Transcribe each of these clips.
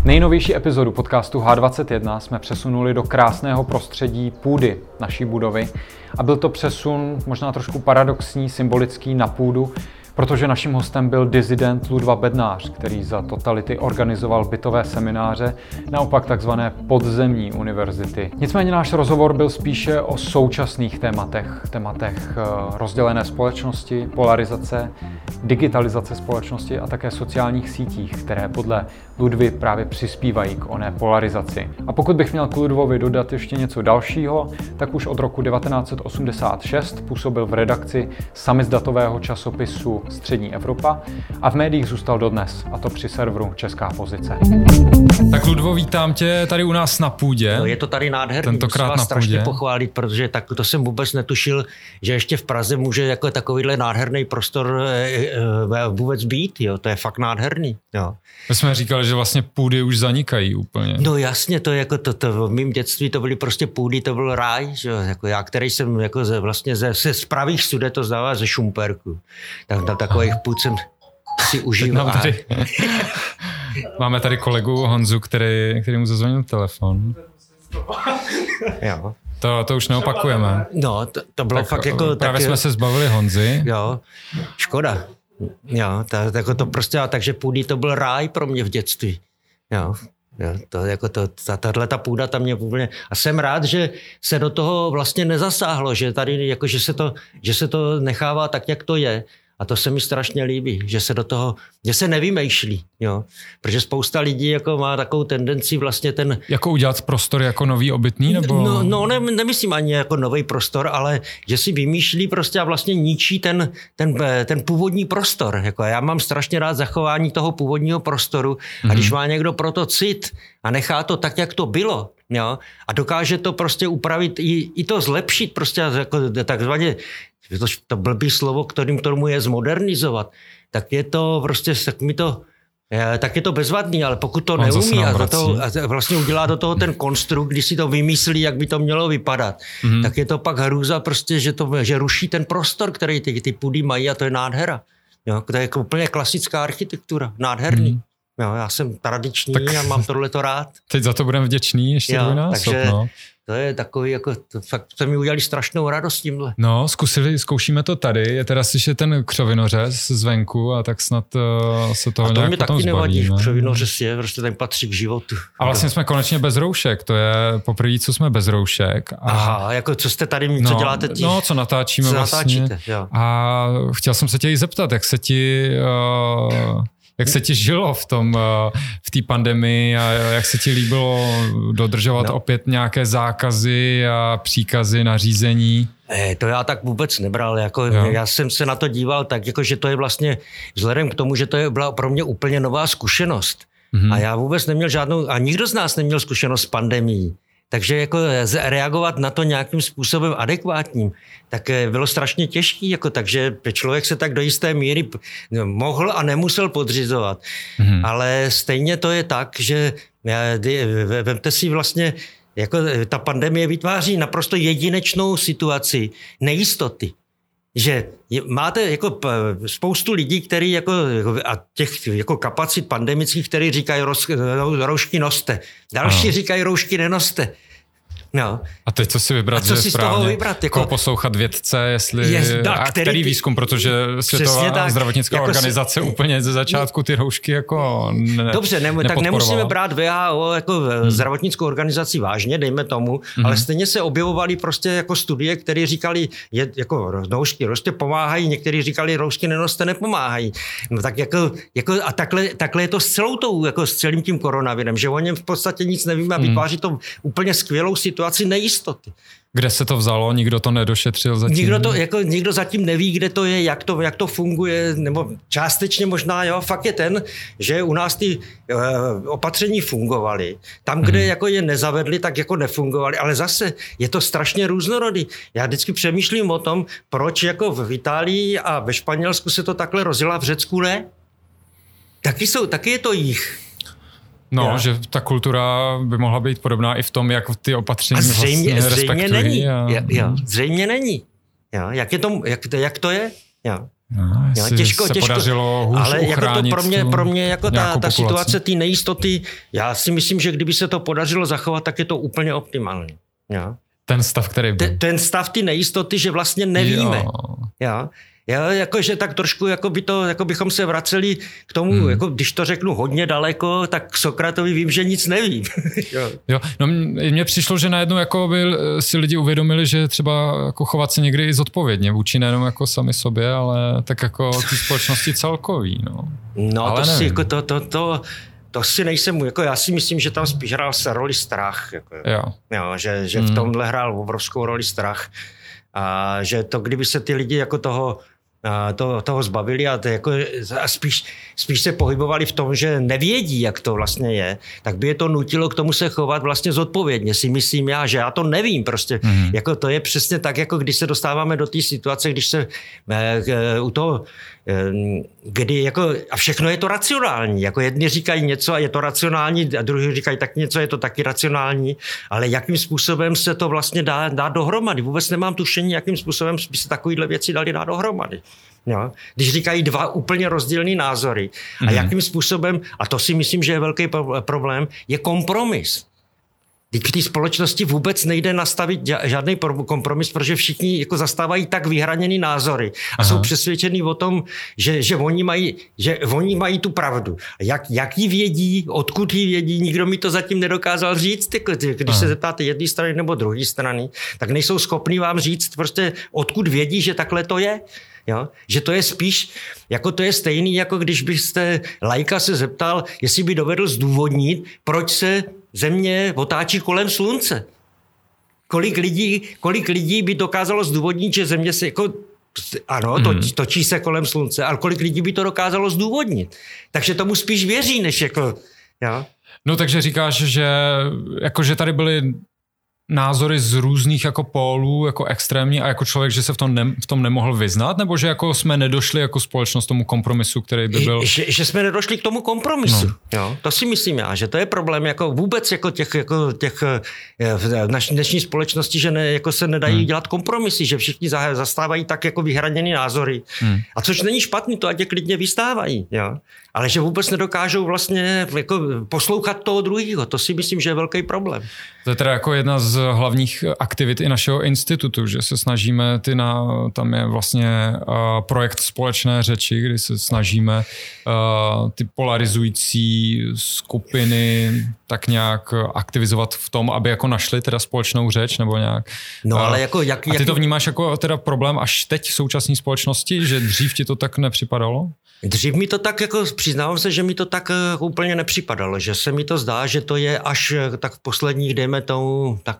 Nejnovější epizodu podcastu H21 jsme přesunuli do krásného prostředí půdy naší budovy a byl to přesun možná trošku paradoxní, symbolický na půdu, protože naším hostem byl disident Ludva Bednář, který za totality organizoval bytové semináře, naopak takzvané podzemní univerzity. Nicméně náš rozhovor byl spíše o současných tématech rozdělené společnosti, polarizace, digitalizace společnosti a také sociálních sítích, které podle Ludvy právě přispívají k oné polarizaci. A pokud bych měl k Ludvovi dodat ještě něco dalšího, tak už od roku 1986 působil v redakci samizdatového časopisu Střední Evropa a v médiích zůstal dodnes, a to při serveru Česká pozice. Tak Ludvo, vítám tě tady u nás na půdě. No, je to tady nádherný, tentokrát musím vás na půdě. Strašně pochválit, protože to jsem vůbec netušil, že ještě v Praze může jako takovýhle nádherný prostor vůbec být, jo, to je fakt nádherný, jo. My jsme říkali, že vlastně půdy už zanikají úplně. No jasně, to je jako to v mým dětství to byly prostě půdy, to byl ráj, že jo, jako já, který jsem jako vlastně z pravých Sudet, to znamená ze Šumperku, tak na takových půd jsem si užíval. Máme tady kolegu Honzu, který mu zazvonil telefon. Jo. To už neopakujeme. No, to bylo tak, fakt jako... Právě jsme se zbavili Honzy. Jo, škoda. Jo, to prostě, takže půdy to byl ráj pro mě v dětství. Jo, tato půda tam mě úplně... A jsem rád, že se do toho vlastně nezasáhlo, že tady jako, že se to nechává tak, jak to je. A to se mi strašně líbí, že se do toho, že se nevymýšlí, jo. Protože spousta lidí jako má takovou tendenci vlastně ten... Jako udělat prostor jako nový obytný, nebo... No nemyslím ani jako nový prostor, ale že si vymýšlí prostě a vlastně ničí ten původní prostor. Jako já mám strašně rád zachování toho původního prostoru a když má někdo pro to cit a nechá to tak, jak to bylo, jo, a dokáže to prostě upravit i to zlepšit prostě jako takzvaně to blbý slovo, kterým tomu je zmodernizovat, tak je to prostě, tak je to bezvadný, ale pokud to neumí a vlastně udělá do toho ten konstrukt, když si to vymyslí, jak by to mělo vypadat, tak je to pak hrůza prostě, že ruší ten prostor, který ty půdy mají a to je nádhera. Jo, to je jako úplně klasická architektura, nádherný. Jo, já jsem tradiční a mám tohleto rád. Teď za to budeme vděční ještě dvojnásob, no. To je takový, jako, fakt se mi udělali strašnou radost tímhle. No, zkoušíme to tady, je teda slyšet ten křovinořez zvenku a tak snad se toho nějak potom zbavíme. To mi taky nevadí, křovinořez je, prostě ten patří k životu. A vlastně jsme konečně bez roušek, to je poprvé, co jsme bez roušek. Aha, jako co jste tady, co děláte tím? No, co natáčíme co vlastně. Jo. A chtěl jsem se tě i zeptat, jak se ti žilo v té pandemii a jak se ti líbilo dodržovat opět nějaké zákazy a příkazy, nařízení? To já tak vůbec nebral. Jako, já jsem se na to díval tak, jako, že to je vlastně vzhledem k tomu, že to byla pro mě úplně nová zkušenost. A já vůbec neměl žádnou, a nikdo z nás neměl zkušenost s pandemií. Takže jako reagovat na to nějakým způsobem adekvátním, tak bylo strašně těžký, jako, takže člověk se tak do jisté míry mohl a nemusel podřizovat. Ale stejně to je tak, že vemte si vlastně, jako ta pandemie vytváří naprosto jedinečnou situaci nejistoty. Že máte jako spoustu lidí, kteří jako a těch jako kapacit pandemických, kteří říkají roušky noste. Další říkají roušky nenoste. No. A teď co si vybrat, co si správně? Z toho vybrat? Jako poslouchat vědce, který výzkum, protože Světová zdravotnická organizace úplně ze začátku ty roušky jako dobře, tak nemusíme brát WHO jako zdravotnickou organizaci vážně, dejme tomu, ale stejně se objevovaly prostě jako studie, které říkali, jako roušky pomáhají, někteří říkali, roušky nenoste nepomáhají. No tak jako a takhle je to s celou tou, jako s celým tím koronavirem, že o něm v podstatě nic nevíme a vytváří to úplně skvělou situaci nejistoty. Kde se to vzalo? Nikdo to nedošetřil zatím? Nikdo zatím neví, kde to je, jak to funguje, nebo částečně možná, jo, fakt je ten, že u nás ty opatření fungovaly. Tam, kde jako je nezavedli, tak jako nefungovaly, ale zase je to strašně různorodý. Já vždycky přemýšlím o tom, proč jako v Itálii a ve Španělsku se to takhle rozjela, v Řecku ne? Taky je to jich. No, že ta kultura by mohla být podobná i v tom, jak ty opatření vlastně respektují. Není. Zřejmě není. Jo, jak to je? Jo. No, těžko. Podařilo hůř ale jako to pro mě jako ta situace té nejistoty, já si myslím, že kdyby se to podařilo zachovat, tak je to úplně optimální. Jo? Ten stav, který byl. Ten stav ty nejistoty, že vlastně nevíme. Jo? Jakože tak trošku jako bychom se vraceli k tomu, jako když to řeknu hodně daleko, tak k Sokratovi vím, že nic nevím. Jo, no mně přišlo, že najednou jako si lidi uvědomili, že třeba jako chovat se někdy i zodpovědně vůči nejenom jako sami sobě, ale tak jako ty společnosti celkový. No ale to si jako to si nejsem, jako já si myslím, že tam spíš hrál se roli strach. Jako, jo, že v tomhle hrál obrovskou roli strach. A že to, kdyby se ty lidi jako toho zbavili a spíš se pohybovali v tom, že nevědí, jak to vlastně je, tak by je to nutilo k tomu se chovat vlastně zodpovědně. Si myslím já, že já to nevím prostě. Jako to je přesně tak, jako když se dostáváme do té situace, když se u toho kdy jako, a všechno je to racionální, jako jedni říkají něco a je to racionální a druhý říkají tak něco, je to taky racionální, ale jakým způsobem se to vlastně dá dohromady. Vůbec nemám tušení, jakým způsobem by se takovýhle věci dali dát dohromady. Jo? Když říkají dva úplně rozdílné názory a jakým způsobem, a to si myslím, že je velký problém, je kompromis. Teď v té společnosti vůbec nejde nastavit žádný kompromis, protože všichni jako zastávají tak vyhraněný názory a jsou přesvědčení o tom, že oni mají tu pravdu. Jak ji vědí, odkud ji vědí, nikdo mi to zatím nedokázal říct. Když se zeptáte jedné strany nebo druhé strany, tak nejsou schopní vám říct prostě odkud vědí, že takhle to je. Jo? Že to je spíš, jako to je stejný, jako když byste laika se zeptal, jestli by dovedl zdůvodnit, proč se Země otáčí kolem slunce. Kolik lidí by dokázalo zdůvodnit, že Země se jako točí se kolem slunce, ale kolik lidí by to dokázalo zdůvodnit. Takže tomu spíš věří, než jako... Jo? No takže říkáš, že tady byly názory z různých jako pólů, jako extrémní a jako člověk, že se v tom nemohl vyznat, nebo že jako jsme nedošli jako společnost tomu kompromisu, který by byl... Že jsme nedošli k tomu kompromisu. No. Jo, to si myslím já, že to je problém jako vůbec jako těch v naší dnešní společnosti, že jako se nedají dělat kompromisy, že všichni zastávají tak jako vyhraněný názory. A což není špatný, to ať je klidně vystávají. Jo? Ale že vůbec nedokážou vlastně jako poslouchat toho druhého. To si myslím, že je velký problém. To je teda jako jedna z hlavních aktivit i našeho institutu, že se snažíme, tam je vlastně projekt společné řeči, kdy se snažíme ty polarizující skupiny tak nějak aktivizovat v tom, aby jako našli teda společnou řeč nebo nějak. No ale jako a ty to vnímáš jako teda problém až teď v současné společnosti, že dřív ti to tak nepřipadalo? Dřív mi to tak, jako přiznávám se, že mi to tak úplně nepřipadalo, že se mi to zdá, že to je až tak v posledních, dejme tomu, tak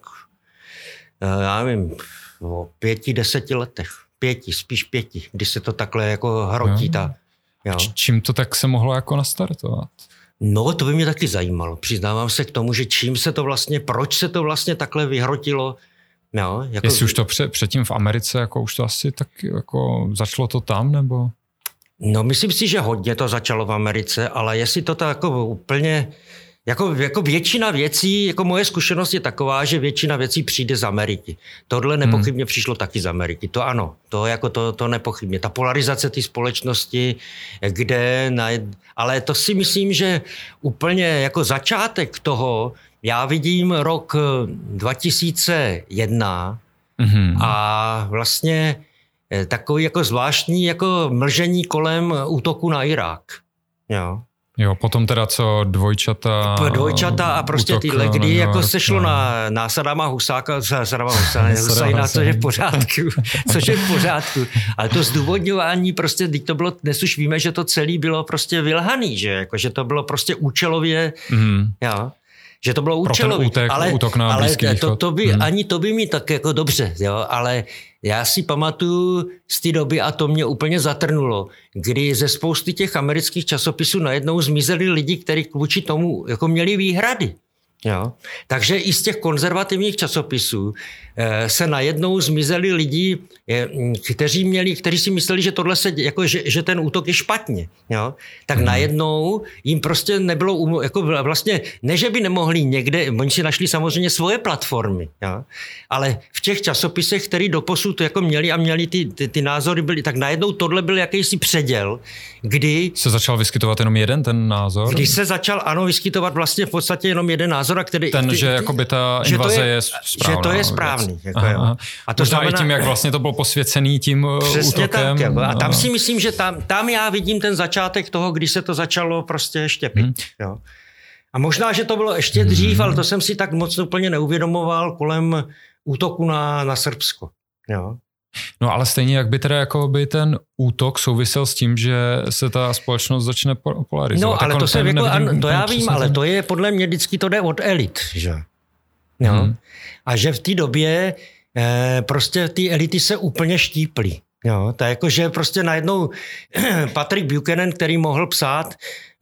já nevím, o 5-10 letech. Spíš 5, kdy se to takhle jako hrotí. Jo. Čím to tak se mohlo jako nastartovat? No, to by mě taky zajímalo. Přiznávám se k tomu, že proč se to vlastně takhle vyhrotilo. No, jako... Jestli už to předtím v Americe, jako už to asi tak jako začalo to tam, nebo... No, myslím si, že hodně to začalo v Americe, ale jestli to tak jako úplně... Jako většina věcí, jako moje zkušenost je taková, že většina věcí přijde z Ameriky. Tohle nepochybně přišlo taky z Ameriky. To ano, to nepochybně. Ta polarizace té společnosti, ale to si myslím, že úplně jako začátek toho, já vidím rok 2001 a vlastně takový jako zvláštní jako mlžení kolem útoku na Irák. Jo, potom teda co dvojčata a prostě tyhle, kdy jako se šlo na Sadama Husajna, což je v pořádku. Ale to zdůvodňování prostě, když to bylo, dnes už víme, že to celé bylo prostě vylhaný, že jako, že to bylo prostě účelově, že to bylo účelový. Útok na Blízký východ. Ani to by mi tak jako dobře, jo, ale já si pamatuju z té doby a to mě úplně zatrnulo, kdy ze spousty těch amerických časopisů najednou zmizeli lidi, kteří vůči tomu jako měli výhrady. Jo? Takže i z těch konzervativních časopisů se najednou zmizeli lidi, kteří si mysleli, že tohle že ten útok je špatně. Jo? Tak najednou jim prostě nebylo, jako vlastně, ne, že by nemohli někde, oni si našli samozřejmě svoje platformy, jo? Ale v těch časopisech, který doposud jako měli a měli ty názory, byly, tak najednou tohle byl jakýsi předěl, kdy se začal vyskytovat jenom jeden ten názor? Když se začal, vyskytovat vlastně v podstatě jenom jeden názor, a že jakoby ta invaze je správná. Že to je správný. Jako a to znamená i tím, jak vlastně to bylo posvěcený tím přesně útokem. Tak, jako. A tam si myslím, že tam já vidím ten začátek toho, když se to začalo prostě štěpit. Jo. A možná, že to bylo ještě dřív, ale to jsem si tak moc úplně neuvědomoval kolem útoku na Srbsko. Jo. No ale stejně, jak by teda jako by ten útok souvisel s tím, že se ta společnost začne polarizovat. No, ale to se to já vím, ale to je podle mě vždycky to jde od elit, že? Jo? A že v té době prostě ty elity se úplně štíply. Jo? To je jako, že prostě najednou Patrick Buchanan, který mohl psát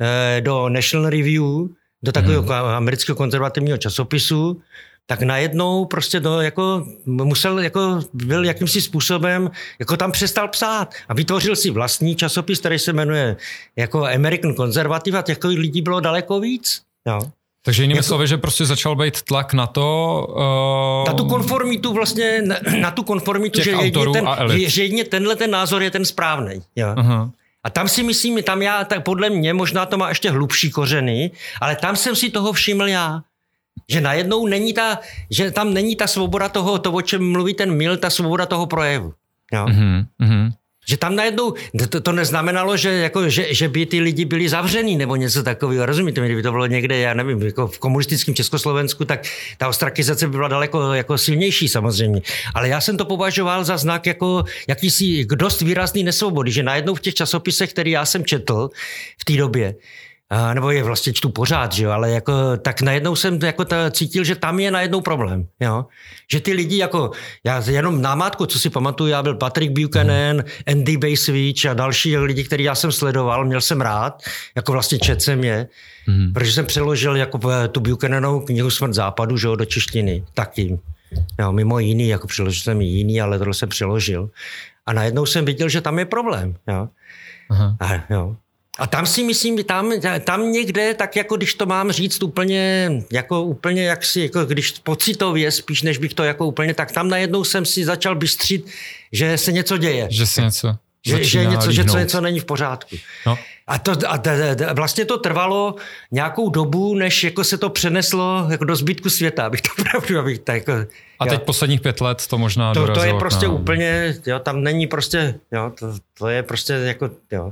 do National Review, do takového amerického konzervativního časopisu, tak najednou prostě to jako musel, jako byl jakýmsi způsobem, jako tam přestal psát a vytvořil si vlastní časopis, který se jmenuje jako American Conservative a těch lidí bylo daleko víc. Jo. Takže jinými slovy, že prostě začal být tlak na to... Na tu konformitu vlastně, na tu konformitu, že jedně tenhle ten názor je ten správnej. Jo. A tam si myslím, tak podle mě, možná to má ještě hlubší kořeny, ale tam jsem si toho všiml já. Že najednou že tam není ta svoboda toho, o čem mluví ten Mill, ta svoboda toho projevu. Jo? Že tam najednou, to neznamenalo, že by ty lidi byli zavřený nebo něco takového. Rozumíte mi, kdyby to bylo někde, já nevím, jako v komunistickém Československu, tak ta ostrakizace by byla daleko jako silnější samozřejmě. Ale já jsem to považoval za znak jako jakýsi dost výrazný nesvobody, že najednou v těch časopisech, který já jsem četl v té době, nebo je vlastně čtu pořád, že jo, ale jako, tak najednou jsem jako cítil, že tam je najednou problém, jo. Že ty lidi jako, já jenom námátku, co si pamatuju, já byl Patrick Buchanan, Andy Bacevich a další lidi, který já jsem sledoval, měl jsem rád, jako vlastně četl jsem je, protože jsem přeložil jako tu Buchananovou knihu Smrt západu, že jo, do češtiny, taky. Jo, mimo jiný, jako přeložil jsem i jiný, ale tohle jsem přeložil. A najednou jsem viděl, že tam je problém, jo. Jo. A tam si myslím, tam někde, tak jako když to mám říct úplně jaksi, jako když pocitově, spíš než bych to jako úplně, tak tam najednou jsem si začal bystřit, že se něco děje. Že se něco že něco není v pořádku. No. A vlastně to trvalo nějakou dobu, než jako se to přeneslo jako do zbytku světa, abych to pravdu, A teď posledních 5 let to možná dorazilo. To je prostě úplně, jo, tam není prostě, jo, to je prostě jako, jo.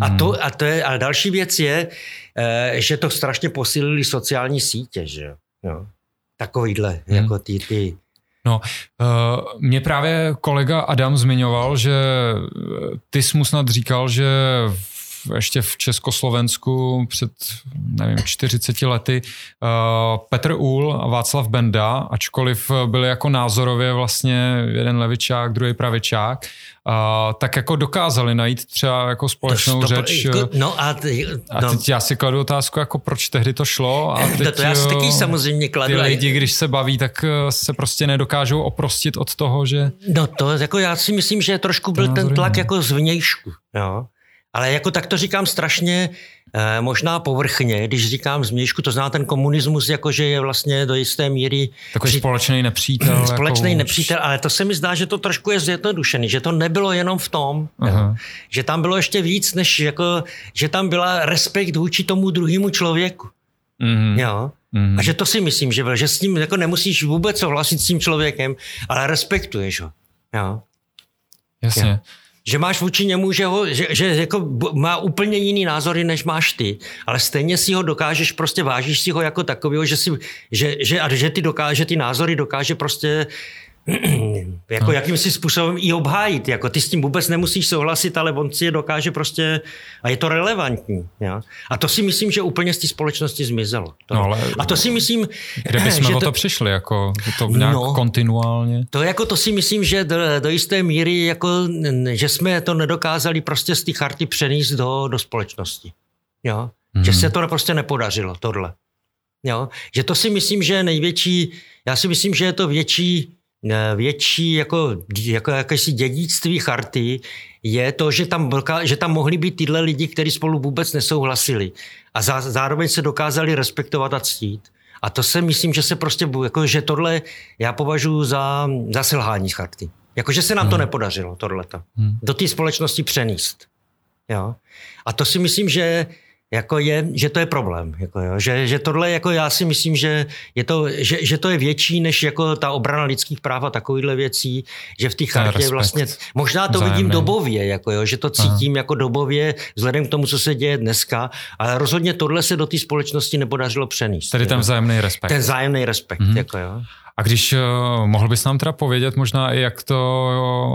A další věc je, že to strašně posílili sociální sítě, že jo. Takovýhle, jako ty... No, mě právě kolega Adam zmiňoval, že ty jsi mu snad říkal, že ještě v Československu před, nevím, 40 lety Petr Uhl a Václav Benda, ačkoliv byli jako názorově vlastně jeden levičák, druhý pravičák, tak jako dokázali najít třeba jako společnou řeč. A teď já si kladu otázku, jako proč tehdy to šlo. A teď to já si taky samozřejmě kladu. Ty lidi, když se baví, tak se prostě nedokážou oprostit od toho, že... No to jako já si myslím, že trošku byl ten tlak jako zvnějšku, jo. Ale jako tak to říkám strašně možná povrchně, když říkám zvnějšku, to zná ten komunismus, jakože je vlastně do jisté míry... Takový společný nepřítel. Společný nepřítel, ale to se mi zdá, že to trošku je zjednodušený, že to nebylo jenom v tom, že tam bylo ještě víc, než jako, že tam byla respekt vůči tomu druhému člověku. Jo? A že to si myslím, že s ním jako nemusíš vůbec souhlasit s tím člověkem, ale respektuješ ho. Jo? Jasně. Jo. Že máš vůči němu, že jako má úplně jiný názory, než máš ty, ale stejně si ho dokážeš, prostě vážíš si ho jako takovýho, že ty názory dokáže prostě jako jakýmsi způsobem i obhájit. Jako ty s tím vůbec nemusíš souhlasit, ale on si je dokáže prostě a je to relevantní. Ja? A to si myslím, že úplně z té společnosti zmizelo. A to si myslím... Kde bychom o to přišli? Jako to nějak kontinuálně? To si myslím, že do jisté míry, jako, že jsme to nedokázali prostě z té charty přenést do společnosti. Jo? Že se to prostě nepodařilo, tohle. Jo? Že to si myslím, že je největší, já si myslím, že je to větší jako jakési dědictví charty, je to, že tam mohli být tyhle lidi, kteří spolu vůbec nesouhlasili a zároveň se dokázali respektovat a ctít. A to se myslím, že se prostě, jako, že tohle já považuji za selhání charty. Jako, že se nám to nepodařilo, tohleto. Do té společnosti přenést. Jo? A to si myslím, že že to je problém. Jako, jo? Že tohle, jako já si myslím, že to je větší než jako ta obrana lidských práv a takovýhle věcí, že v té chartě vlastně, možná to vidím dobově, jako, jo? Že to cítím jako dobově, vzhledem k tomu, co se děje dneska, ale rozhodně tohle se do té společnosti nepodařilo přenést. Tedy ten vzájemný respekt. Ten vzájemný respekt, jako jo. A když mohl bys nám teda povědět možná i jak to,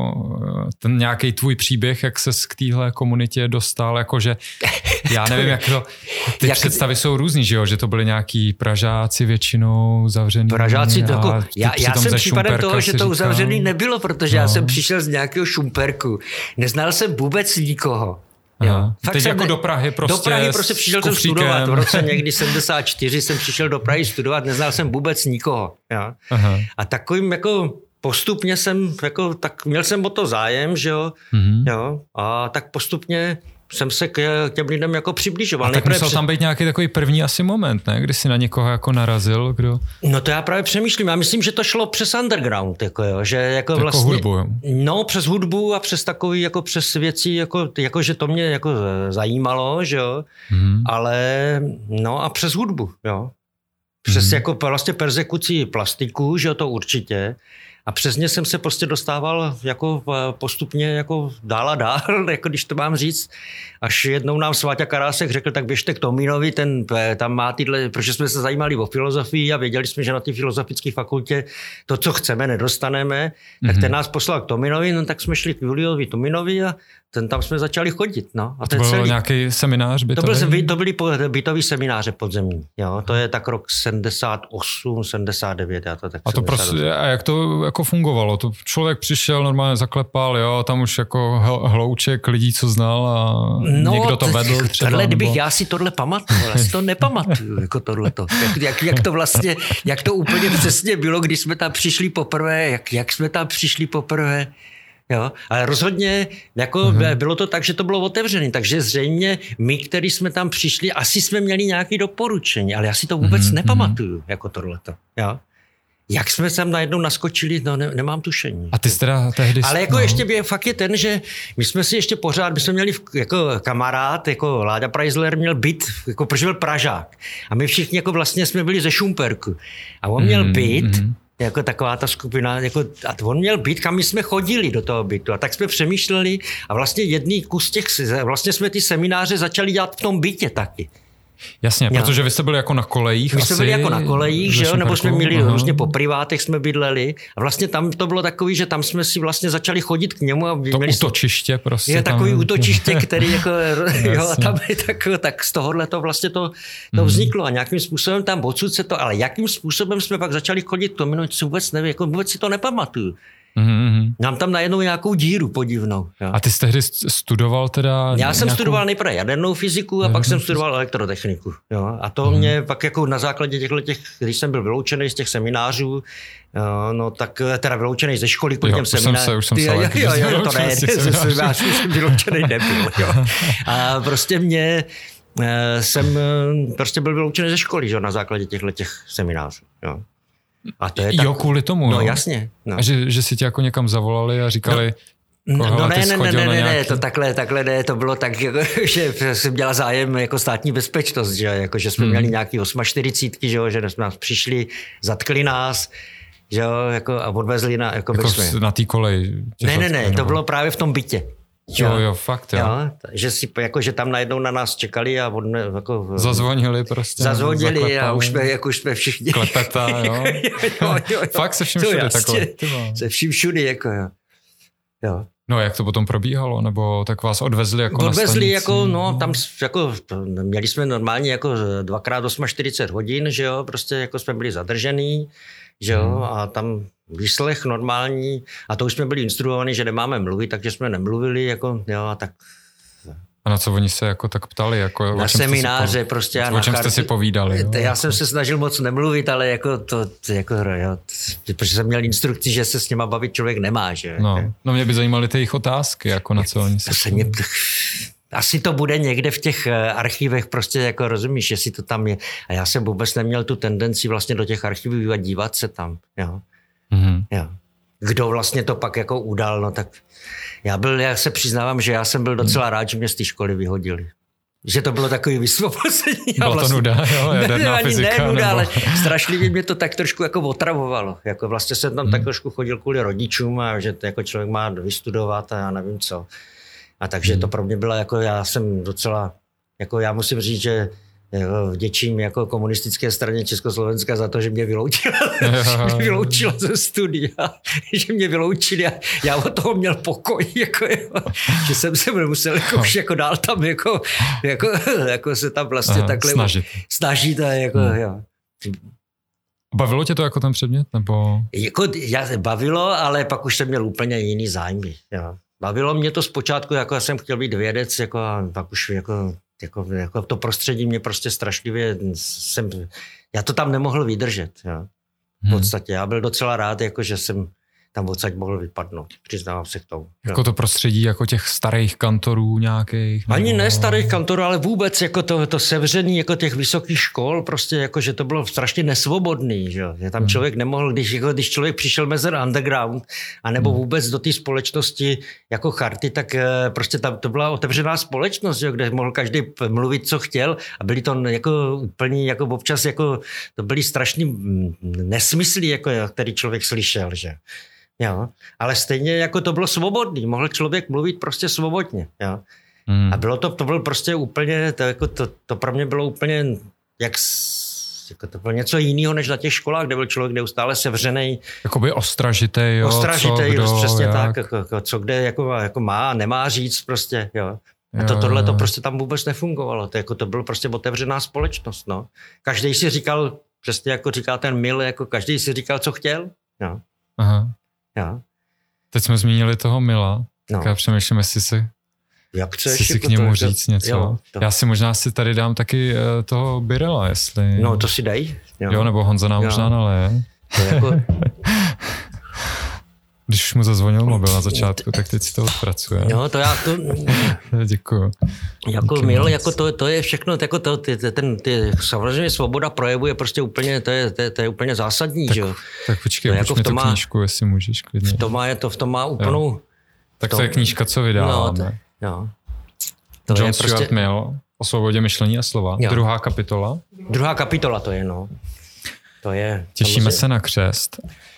ten nějaký tvůj příběh, jak ses k téhle komunitě dostal, jakože já nevím, jak to, ty představy jsou různý, že jo, že to byli nějaký Pražáci většinou zavřený. Pražáci, já jsem případem toho, že to uzavřený nebylo, protože já jsem přišel z nějakého Šumperku, neznal jsem vůbec nikoho. Teď jako do Prahy prostě přišel jsem studovat. V roce někdy 74 jsem přišel do Prahy studovat, neznal jsem vůbec nikoho. Jo? A takovým jako postupně jsem, jako, tak měl jsem o to zájem, že jo? Jo? A tak postupně jsem se k těm lidem jako přibližoval. A tak musel tam být nějaký takový první asi moment, ne? Kdy jsi na někoho jako narazil, kdo? No to já právě přemýšlím. Já myslím, že to šlo přes underground, jako jo, že jako vlastně hudbu, jo? No, přes hudbu a přes takový, jako přes věci, jako že to mě jako zajímalo, že jo, ale no a přes hudbu, jo. Přes jako vlastně persekuci plastiků, že jo, to určitě. A přes ně jsem se prostě dostával jako postupně jako dál a dál, jako když to mám říct. Až jednou nám Sváťa Karásek řekl, tak běžte k Tominovi, ten tam má tyhle, protože jsme se zajímali o filozofii a věděli jsme, že na té filozofické fakultě to, co chceme, nedostaneme. Tak ten nás poslal k Tominovi, no tak jsme šli k Juliovi Tominovi a tam jsme začali chodit. No. A to byl nějaký seminář bytový? To byly bytový semináře podzemní. Jo. To je tak rok 78, 79. Já to tak a jak to jako fungovalo? To člověk přišel, normálně zaklepal, jo, tam už jako hlouček lidí, co znal a někdo to vedl třeba. Tohle, kdybych já si tohle pamatoval, já si to nepamatuju, jako tohleto. Jak to vlastně, jak to úplně přesně bylo, když jsme tam přišli poprvé, jak jsme tam přišli poprvé. Jo, ale rozhodně jako bylo to tak, že to bylo otevřené, takže zřejmě my, kteří jsme tam přišli, asi jsme měli nějaké doporučení, ale já si to vůbec nepamatuju, jako tohleto. Jo. Jak jsme tam najednou naskočili, no nemám tušení. A ty jsi teda tehdy... Ale jako ještě fakt je ten, že my jsme si ještě pořád, my jsme měli jako kamarád, jako Láďa Preisler měl byt, jako protože byl Pražák. A my všichni jako vlastně jsme byli ze Šumperku. A on měl byt, jako taková ta skupina, jako, a on měl byt, kam my jsme chodili do toho bytu. A tak jsme přemýšleli a vlastně jedný kus těch, vlastně jsme ty semináře začali dělat v tom bytě taky. Jasně, protože vy jste byli jako na kolejích. My jsme byli jako na kolejích, že jo, nebo jsme měli různě po privátech jsme bydleli. A vlastně tam to bylo takový, že tam jsme si vlastně začali chodit k němu. A to útočiště prostě. Je takový útočiště, který jako, jo, a tam je tak z tohohle to vlastně to vzniklo a nějakým způsobem tam odsud se to, ale jakým způsobem jsme pak začali chodit, to si vůbec nevím, jako vůbec si to nepamatuju. Nám tam najednou nějakou díru podivnou. Jo. A ty jsi tehdy studoval teda... Já jsem studoval nejprve jadernou fyziku a pak jsem studoval elektrotechniku. Jo. A to mě pak jako na základě těch, když jsem byl vyloučený z těch seminářů, no tak teda vyloučený ze školy po těm seminářům. Už jsem se to ne, ze seminářů jsem vyloučený nebyl. Jo. A prostě jsem prostě byl vyloučený ze školy, že, na základě těch seminářů. Jo. A to je tak... Jo, kvůli tomu. No jasně. No. A že si tě jako někam zavolali a říkali... Ne, to takhle ne, to bylo tak, jako, že jsem měla zájem jako státní bezpečnost, že, jako, že jsme měli nějaký 48, že jsme nás přišli, zatkli nás, že jako, a odvezli jako na té koleji. Ne, to bylo právě v tom bytě. Jo, fakt, jo. Že si, jako, že tam najednou na nás čekali a jako... Zazvonili prostě. Zazvonili a už jsme všichni... Klepeta, jo. jo. Fakt se vším všude takhle. Se vším všude, jako jo. No jak to potom probíhalo? Nebo tak vás odvezli jako na stanici? Jako, no tam jako, měli jsme normálně jako 2x 48 hodin, že jo, prostě jako jsme byli zadržený, že jo, a tam výslech normální, a to už jsme byli instruovaní, že nemáme mluvit, takže jsme nemluvili, jako, jo, a tak A na co oni se jako tak ptali? Jako, na semináře prostě. O čem jste si povídali? Jo? Já jsem se snažil moc nemluvit, ale jo, protože jsem měl instrukci, že se s něma bavit člověk nemá. Že? No mě by zajímaly ty jejich otázky, jako na co oni se asi to bude někde v těch archivech, prostě jako rozumíš, jestli to tam je. A já jsem vůbec neměl tu tendenci vlastně do těch archivů a dívat se tam. Jo. Jo. Kdo vlastně to pak jako udal, no tak já se přiznávám, že já jsem byl docela rád, že mě z té školy vyhodili. Že to bylo takový vysvobození. Byla to nuda, jo? Jaderná fyzika? Ne nuda, nebo... ale strašlivě mě to tak trošku jako otravovalo. Jako vlastně jsem tam tak trošku chodil kvůli rodičům a že to jako člověk má vystudovat a já nevím co. A takže to pro mě bylo jako, já jsem docela, jako já musím říct, že vděčím jako komunistické straně Československa za to, že mě vyloučila ze studia, že mě vyloučili a já od toho měl pokoj, jako, že jsem se nemusel jako, už jako dál tam jako se tam vlastně takhle snažit a jako, jo. Bavilo tě to jako ten předmět, nebo? Jako, bavilo, ale pak už jsem měl úplně jiný zájmy, jo. Bavilo mě to zpočátku, jako já jsem chtěl být vědec, jako a pak už jako to prostředí mě prostě strašlivě, já to tam nemohl vydržet. Jo. V podstatě já byl docela rád, jako, že jsem tam odsaď mohl vypadnout. Přiznávám se k tomu. Jako to prostředí jako těch starých kantorů nějakých? Nebo... Ani ne starých kantorů, ale vůbec jako to sevření jako těch vysokých škol, prostě jako, že to bylo strašně nesvobodný. Že tam člověk nemohl, když člověk přišel mezi underground, anebo vůbec do té společnosti jako Charty, tak prostě tam to byla otevřená společnost, že, kde mohl každý mluvit, co chtěl a byli to jako úplně, jako občas jako, to byly strašný nesmysly, jako, který člověk slyšel, že. Jo, ale stejně jako to bylo svobodný, mohl člověk mluvit prostě svobodně. Jo. A bylo to bylo prostě úplně, to pro mě bylo úplně, jako to bylo něco jiného, než na těch školách, kde byl člověk neustále sevřenej. Jakoby ostražitej, jo. Ostražitej, přesně jak? Tak, co kde jako má, nemá říct prostě, jo. A tohle to prostě tam vůbec nefungovalo. To bylo prostě otevřená společnost, no. Každý si říkal, přesně jako říká ten Mill, jako každý si říkal, co chtěl, jo. Aha. Ja. Teď jsme zmínili toho Milla, tak já přemýšlím, jestli si k němu říct něco. Jo, já si možná tady dám taky toho Birela, jestli... No, to si dej. Jo, nebo Honza nám možná naleje. To jako... Když už mu zazvonil mobil na začátku, tak teď si to odpracuje. Jo, to já to... Děkuju. Jako Mill, jako to je všechno, jako samozřejmě svoboda projevu je prostě úplně, to je úplně zásadní, tak, že jo. Tak počkej, jako mi tu knížku, jestli můžeš klidně. V tom má úplnou... Jo. Tak to je knížka, co vydáváme. Jo. John Stuart Mill, O svobodě myšlení a slova. Jo. Druhá kapitola. Druhá kapitola to je, no. To je... Těšíme se na křest.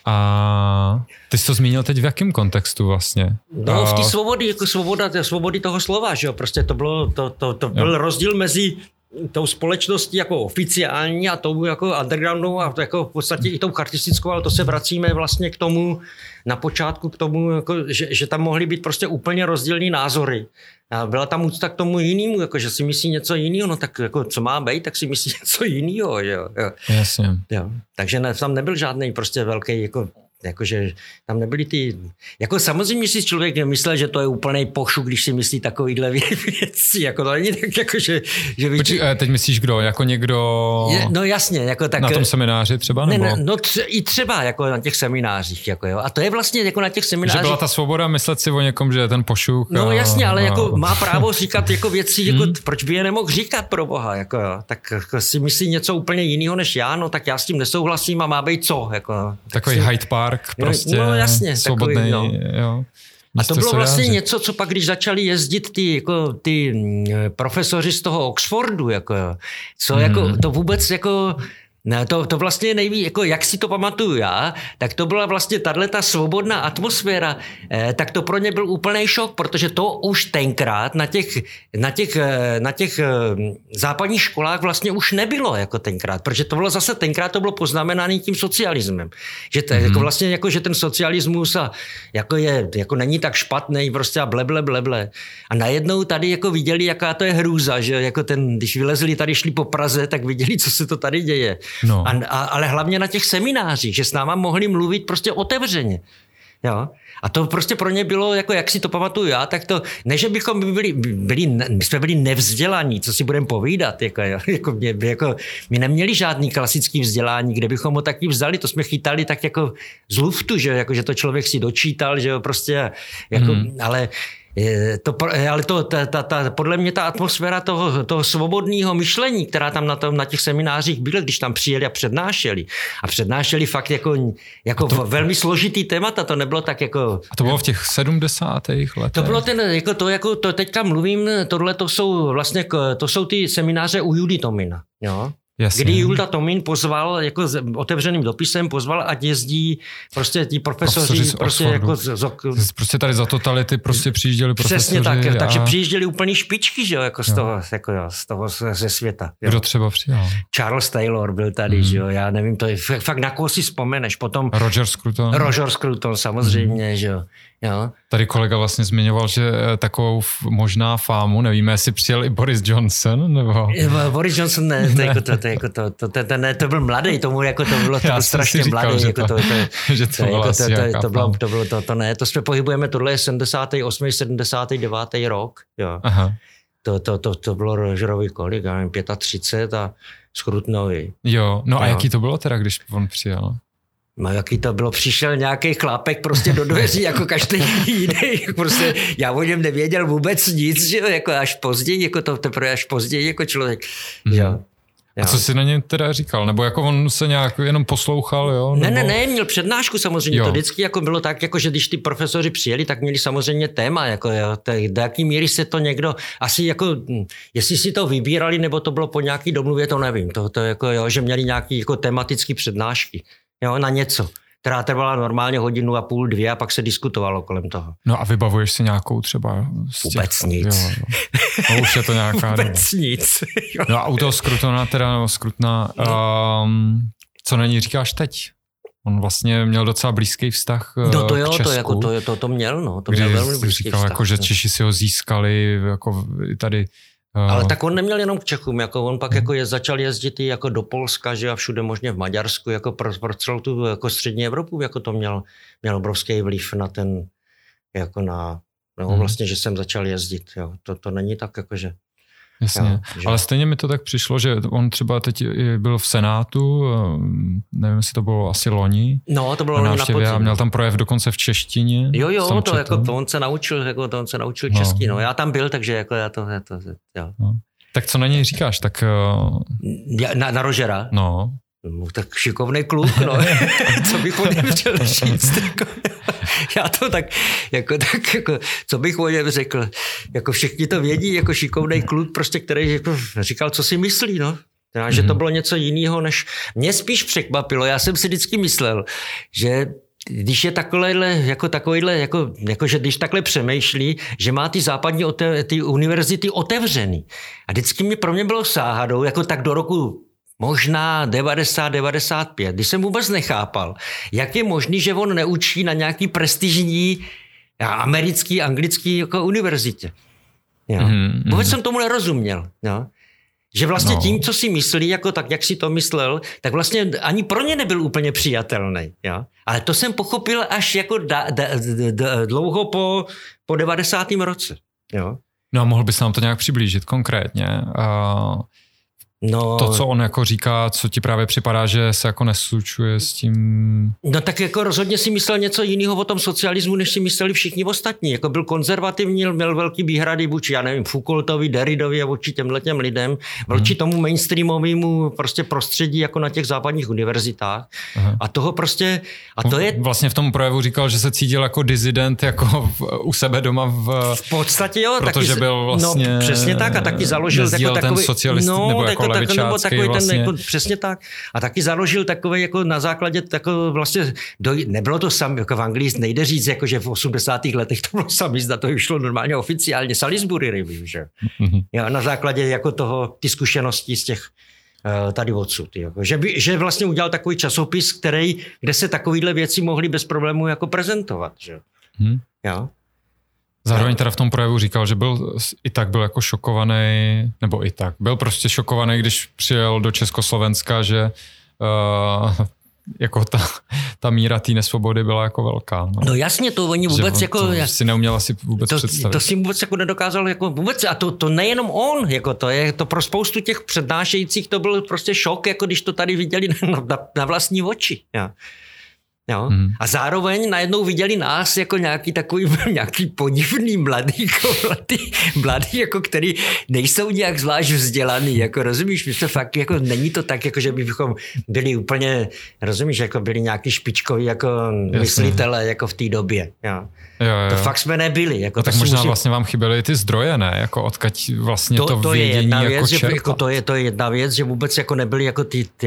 A ty jsi to zmínil teď v jakém kontextu vlastně? No v té svobody, jako svobody toho slova, že jo, prostě to byl rozdíl mezi tou společností jako oficiální a tou jako undergroundou a jako v podstatě i tou chartistickou, ale to se vracíme vlastně k tomu, na počátku k tomu, jako, že tam mohly být prostě úplně rozdílný názory. A byla tam úcta k tomu jinému, jako, že si myslí něco jiného, no tak jako, co má být, tak si myslí něco jiného. Jo. Jasně. Jo. Takže tam nebyl žádný prostě velký jakože tam nebyly ty... Jako samozřejmě si člověk myslel, že to je úplnej pošuk, když si myslí takovýhle věci. Jako to není tak, jako že teď myslíš kdo? Jako někdo... No jasně. Jako tak, na tom semináři třeba? Nebo? I třeba jako na těch seminářích. Jako, jo. A to je vlastně jako na těch seminářích... Že byla ta svoboda myslet si o někom, že je ten pošuk. No jasně, ale jako má právo říkat jako věci, jako, proč by je nemohl říkat pro boha? Jako, jo. Tak jako, si myslí něco úplně jiného než já, no tak já s tím nesouhlasím a má být co? Jako, takový Hyde Park. Prostě no jasně, svobodný, takový, no. Jo. A to bylo vlastně něco, co pak, když začali jezdit ty profesoři z toho Oxfordu, jako, jako to vůbec jako... No, to vlastně nejví, jako jak si to pamatuju já, tak to byla vlastně tato svobodná atmosféra, tak to pro ně byl úplný šok, protože to už tenkrát na těch západních školách vlastně už nebylo jako tenkrát, protože to bylo zase tenkrát to bylo poznamenané tím socialismem, že jako vlastně jako že ten socialismus jako není tak špatný prostě a bleble. A najednou tady jako viděli, jaká to je hrůza, že jako když vylezli tady šli po Praze, tak viděli, co se to tady děje. No. Ale hlavně na těch seminářích, že s náma mohli mluvit prostě otevřeně. Jo. A to prostě pro ně bylo, jako jak si to pamatuju já, tak to, ne, že bychom my jsme byli nevzdělaní, co si budeme povídat, my neměli žádný klasický vzdělání, kde bychom ho taky vzali, to jsme chytali tak jako z luftu, že to člověk si dočítal, že jo, prostě, ale podle mě ta atmosféra toho svobodného myšlení, která tam na těch seminářích byla, když tam přijeli a přednášeli fakt jako velmi složitý témata, to nebylo tak jako... A to bylo v těch 70. letech? To bylo to teďka mluvím, to jsou ty semináře u Judy Tomina, jo? Jasně. Kdy Julda Tomín pozval, jako otevřeným dopisem pozval, ať jezdí prostě ti profesoři prostě jako prostě tady za totality prostě přijížděli profesoři. Přesně tak, takže přijížděli úplný špičky, že jo, jako z toho ze světa. Jo. Kdo třeba přijal? Charles Taylor byl tady, že jo, já nevím, to je fakt na koho si vzpomeneš, potom Roger Scruton samozřejmě, že jo. Jo. Tady kolega vlastně zmiňoval, že takovou možná fámu, nevíme, jestli přijel i Boris Johnson, nebo... Boris Johnson ne, to byl mladý, to byl strašně mladý. To jsme pohybujeme, tohle je 78. 79. rok, jo. Aha. To bylo Rogerovi kolik, já nevím, 35 a Scrutonovi. Jo, no a jaký to bylo teda, když on přijel? No jaký to bylo, přišel nějaký chlápek prostě do dveří, jako každý jiný, prostě já o něm nevěděl vůbec nic, že jako až později, jako to teprve až později jako člověk, jo. A co jsi na něm teda říkal? Nebo jako on se nějak jenom poslouchal, jo? Nebo... Ne, měl přednášku samozřejmě, to vždycky jako bylo tak, jako že když ty profesoři přijeli, tak měli samozřejmě téma, jako jo, do jaký míry se to někdo, asi jako, jestli si to vybírali, nebo to bylo po nějaký domluvě, to nevím, to jako jo, že měli nějaký jako tematický přednášky. Jo, na něco, která trvala normálně 1,5 hodiny, 2 a pak se diskutovalo kolem toho. No a vybavuješ si nějakou třeba... Vůbec nic. Jo. No už je to nějaká... Vůbec nic. No a u toho Scrutona teda, nebo Scrutona, co na ní říkáš teď? On vlastně měl docela blízký vztah k Česku. To měl, no. To měl velmi blízký říkal, vztah. Jako, že Češi si ho získali jako tady... Ale tak on neměl jenom k Čechům, jako on pak jako začal jezdit i jako do Polska, že a všude možně v Maďarsku, jako pro celou tu jako střední Evropu, jako to měl obrovský vliv na ten, jako na, no vlastně, že jsem začal jezdit, jo. To není tak jako, že... Jasně, jo, že... ale stejně mi to tak přišlo, že on třeba teď byl v Senátu, nevím, jestli to bylo asi loni. No, to bylo loni na podzim. A měl tam projev dokonce v češtině. Jo, to on se naučil česky, no. Já tam byl, takže jako jo. No. Tak co na něj říkáš, tak... Na Rogera? No. Tak šikovný kluk, no. Co bych o něm chtěl říct, jako, já to tak jako, co bych o něm řekl, jako všichni to vědí, jako šikovný kluk, prostě, který jako říkal, co si myslí, no. Že to bylo něco jiného, než mě spíš překvapilo, já jsem si vždycky myslel, že když je takovýhle, že když takhle přemýšlí, že má ty západní ty univerzity otevřený. A vždycky pro mě bylo sáhadou, jako tak do roku možná 90-95, když jsem vůbec nechápal, jak je možný, že on neučí na nějaký prestižní americký, anglický jako univerzitě. Jo. Vůbec jsem tomu nerozuměl. Jo. Že vlastně tím, co si myslí, jako tak, jak si to myslel, tak vlastně ani pro ně nebyl úplně přijatelný. Jo. Ale to jsem pochopil až jako dlouho po 90. roce. Jo. No a mohl bys nám to nějak přiblížit konkrétně? No, to, co on jako říká, co ti právě připadá, že se jako neslučuje s tím... No tak jako rozhodně si myslel něco jiného o tom socialismu, než si mysleli všichni ostatní. Jako byl konzervativní, měl velký výhrady vůči, já nevím, Foucaultovi, Derridovi a vůči těm lidem, vůči tomu mainstreamovému prostě prostředí jako na těch západních univerzitách. A toho prostě... A to je... Vlastně v tom projevu říkal, že se cítil jako dizident jako u sebe doma v podstatě jo. Protože taky, byl vlastně... No přesně tak a taky založil jako takový... socialist, nebo jako levičácký vlastně. Ten, jako, přesně tak. A taky založil takový jako na základě takového vlastně, nebylo to sam, jako v Anglii nejde říct, jako že v 80. letech to bylo samizda, to už šlo normálně oficiálně, Salisbury Review, že? Ja, na základě jako toho, ty zkušenosti z těch tady odsud. Jako. Že vlastně udělal takový časopis, kde se takovýhle věci mohly bez problémů jako prezentovat, že? Jo. Zároveň teda v tom projevu říkal, že byl jako šokovaný, byl prostě šokovaný, když přijel do Československa, že jako ta míra té nesvobody byla jako velká. No jasně, to oni vůbec to si neuměl asi vůbec představit. To si vůbec jako nedokázal jako vůbec, a to nejenom on, jako to pro spoustu těch přednášejících to byl prostě šok, jako když to tady viděli na vlastní oči. Jo. A zároveň najednou viděli nás jako nějaký podivný mladý, jako který nejsou nějak zvlášť vzdělaný, jako rozumíš, my se fakt, jako není to tak, jako že bychom byli úplně, rozumíš, jako byli nějaký špičkoví jako myslitele jako v té době. Jo. To fakt jsme nebyli. Jako tak možná vlastně vám chyběly ty zdroje, ne? Jako odkud vlastně to vědění je jedna věc, jako jako to je jedna věc, že vůbec jako nebyli jako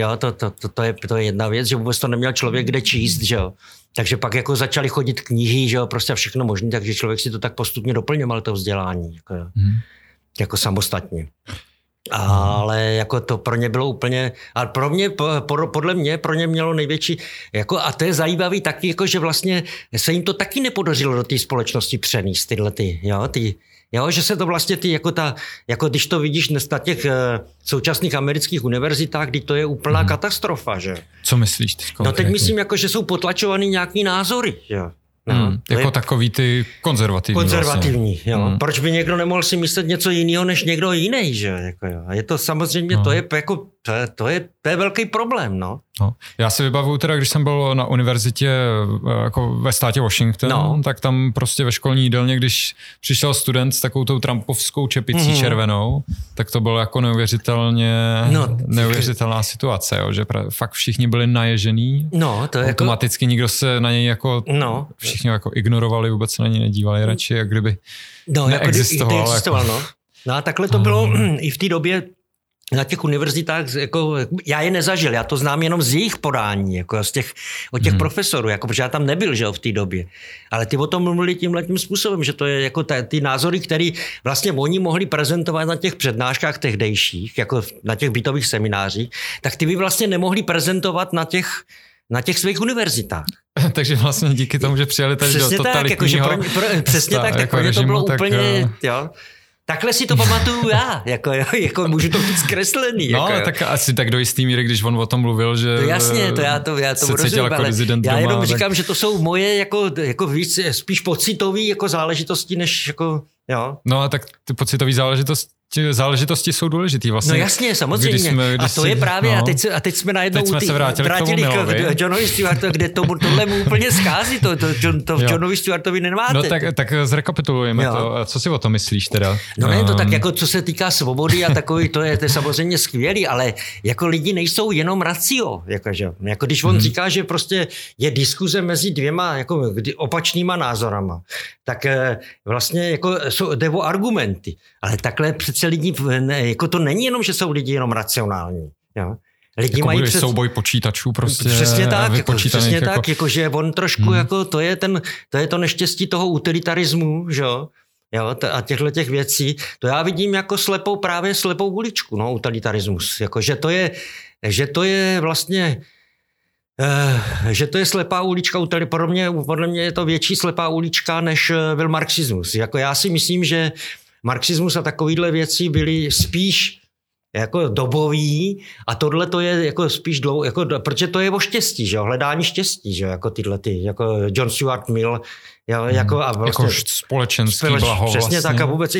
to je jedna věc, že vůbec to neměl člověk kde číst, že jo. Takže pak jako začaly chodit knihy, že jo, prostě všechno možné, takže člověk si to tak postupně doplňoval to vzdělání, jako samostatně. Ale jako to pro ně bylo úplně, ale podle mě pro ně mělo největší, jako, a to je zajímavý taky, jako, že vlastně se jim to taky nepodařilo do té společnosti přenést že se to vlastně jako když to vidíš na těch současných amerických univerzitách, kdy to je úplná katastrofa, že? Co myslíš ty konkrétně? No teď myslím, jako, že jsou potlačovány nějaký názory, jo. Jako takový ty konzervativní. Konzervativní, jo. Proč by někdo nemohl si myslet něco jiného než někdo jiný, že? Jako, jo. A je to samozřejmě, to je velký problém, no. Já si vybavuju teda, když jsem byl na univerzitě jako ve státě Washington, tak tam prostě ve školní jídelně, když přišel student s takovou tou trumpovskou čepicí červenou, tak to bylo jako neuvěřitelná situace, jo, že fakt všichni byli naježený. To automaticky nikdo se na něj jako všichni jako ignorovali, vůbec se na něj nedívali radši, jak kdyby neexistoval. No a takhle to bylo i v té době na těch univerzitách, jako, já je nezažil, já to znám jenom z jejich podání, jako od těch profesorů, jako, protože já tam nebyl, že jo, v té době. Ale ty o tom mluvili tímhletím způsobem, že to je jako ty názory, které vlastně oni mohli prezentovat na těch přednáškách tehdejších, jako na těch bytových seminářích, tak ty by vlastně nemohli prezentovat na těch svých univerzitách. Takže vlastně díky tomu, že přijali tady do totalitního přesně tak pro ně to bylo úplně, jo. Takhle si to pamatuju já, jako můžu to být zkreslený. Tak asi tak do jistý míry, když on o tom mluvil, že jasně, já to rozumím, ale já jenom říkám, že to jsou moje jako víc, spíš pocitový jako záležitosti, než jako, jo. No a tak ty pocitové záležitosti jsou důležitý vlastně. No jasně, samozřejmě. A to je právě, a teď jsme najednou vrátili k Johnovi Stewartovi, kde tohle mu úplně schází, to v Johnovi Stewartovi nemáte. No tak zrekapitulujeme to. Co si o tom myslíš teda? No ne, to tak jako co se týká svobody a takový, to je samozřejmě skvělý, ale jako lidi nejsou jenom racio, jako když on říká, že prostě je diskuze mezi dvěma jako opačnýma názorama, tak vlastně jako jde o argumenty, ale takhle přece lidi, jako to není jenom, že jsou lidi jenom racionální. Jo? Lidi jako mají souboj počítačů prostě. Přesně tak, že on trošku, jako to je to neštěstí toho utilitarismu, že jo? A těch věcí, to já vidím jako slepou uličku, utilitarismus, jako, že to je vlastně že to je slepá ulička, podle mě je to větší slepá ulička, než byl marxismus. Jako já si myslím, že marxismus a takovýhle věci byly spíš jako dobový a tohle to je jako spíš protože to je o štěstí, že jo, hledání štěstí, že jo, jako jako John Stuart Mill, jako a vlastně jako společenský blaho. Přesně vlastně. Tak a vůbec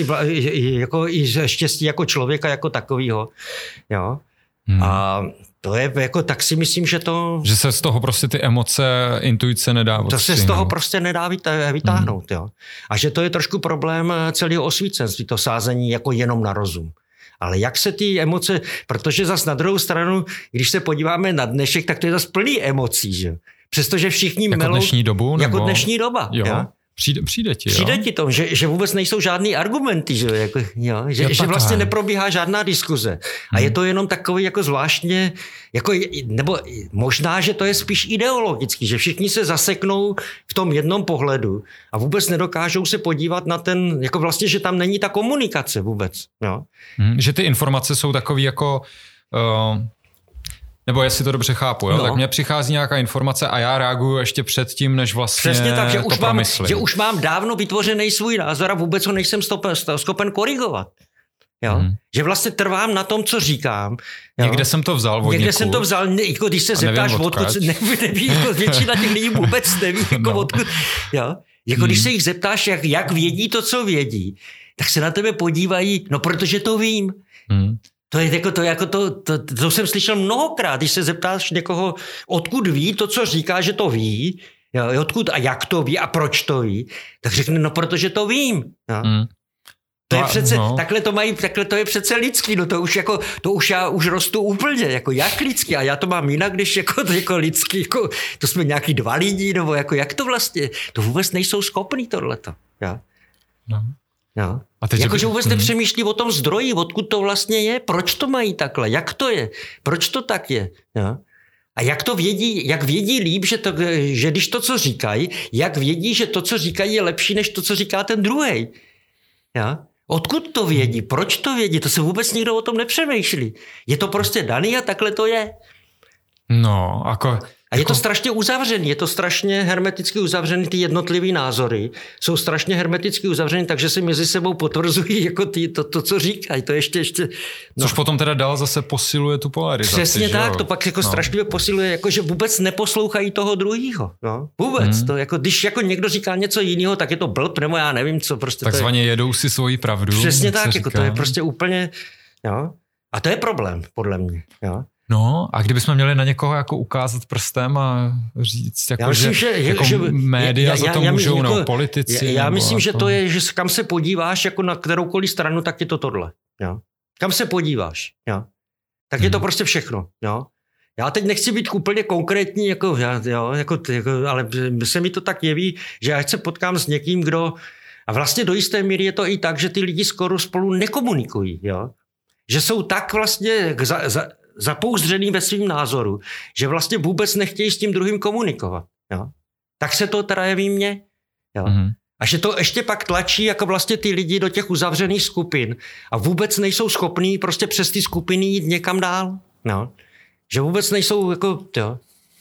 i štěstí jako člověka jako takovýho, jo. A to je jako, tak si myslím, že to... Že se z toho prostě ty emoce, intuice nedá odstřihnout. To se z toho prostě nedá vytáhnout, jo. A že to je trošku problém celého osvícenství, to sázení jako jenom na rozum. Ale jak se ty emoce, protože zas na druhou stranu, když se podíváme na dnešek, tak to je zas plný emocí, že? Přestože všichni jako melou... dnešní dobu? Nebo... Jako dnešní doba, jo. Přijde ti to, že vůbec nejsou žádný argumenty, že vlastně neprobíhá žádná diskuze. A je to jenom takový jako zvláštně, jako, nebo možná, že to je spíš ideologický, že všichni se zaseknou v tom jednom pohledu a vůbec nedokážou se podívat na ten, jako vlastně, že tam není ta komunikace vůbec. Jo? Že ty informace jsou takový jako... Nebo jestli to dobře chápu, tak mně přichází nějaká informace a já reaguju ještě předtím, než vlastně přesně tak, promyslím. Že už mám dávno vytvořený svůj názor a vůbec ho nejsem schopen korigovat. Jo? Že vlastně trvám na tom, co říkám. Jo? Někde jsem to vzal od Někde jsem to vzal, jako když se zeptáš, odkud neví, jako většina těch lidí vůbec neví, jako odkud. Jo? Jako když se jich zeptáš, jak vědí to, co vědí, tak se na tebe podívají, no protože to vím. To jsem slyšel mnohokrát, když se zeptáš někoho, odkud ví to, co říká, že to ví, jo, odkud a jak to ví a proč to ví, tak řekne, no protože to vím. Jo. To je přece, takhle to je přece lidský, no to už já už rostu úplně, jako jak lidský, a já to mám jinak, když jako lidský, jako, to jsme nějaký 2 lidi, nebo jako jak to vlastně, to vůbec nejsou schopný tohleto. Jo. No. Jakože vůbec nepřemýšlí o tom zdroji, odkud to vlastně je, proč to mají takhle, jak to je, proč to tak je. Jo? A jak vědí líp, že když to, co říkají, jak vědí, že to, co říkají, je lepší, než to, co říká ten druhej. Jo? Odkud to vědí, proč to vědí, to se vůbec nikdo o tom nepřemýšlí. Je to prostě daný a takhle to je. No, A je to strašně uzavřený, je to strašně hermeticky uzavřený, ty jednotlivý názory jsou strašně hermeticky uzavřený, takže si mezi sebou potvrzují jako to, co říkají, to ještě. No. Což potom teda dál zase posiluje tu polarizaci. Přesně tak, to pak jako strašlivě posiluje, jako že vůbec neposlouchají toho druhýho. No, vůbec. To jako, když jako někdo říká něco jiného, tak je to blb, nebo já nevím, co prostě. Takzvaně jedou si svoji pravdu. Přesně tak, jako to je prostě úplně, jo. A to je problém, podle mě, jo. No, a kdybychom měli na někoho jako ukázat prstem a říct, jako, myslím, že média za to můžou, nebo politici. Já myslím, jako... že to je, že kam se podíváš jako na kteroukoliv stranu, tak je to tohle. Jo. Kam se podíváš, jo. Tak je to prostě všechno. Jo. Já teď nechci být úplně konkrétní, jako, ale se mi to tak jeví, že ať se potkám s někým, kdo... A vlastně do jisté míry je to i tak, že ty lidi skoro spolu nekomunikují. Jo. Že jsou tak vlastně... zapouzdřený ve svým názoru, že vlastně vůbec nechtějí s tím druhým komunikovat. Jo? Tak se to teda jeví mně. Jo? A že to ještě pak tlačí jako vlastně ty lidi do těch uzavřených skupin a vůbec nejsou schopní prostě přes ty skupiny jít někam dál. No? Že vůbec nejsou jako... Jo?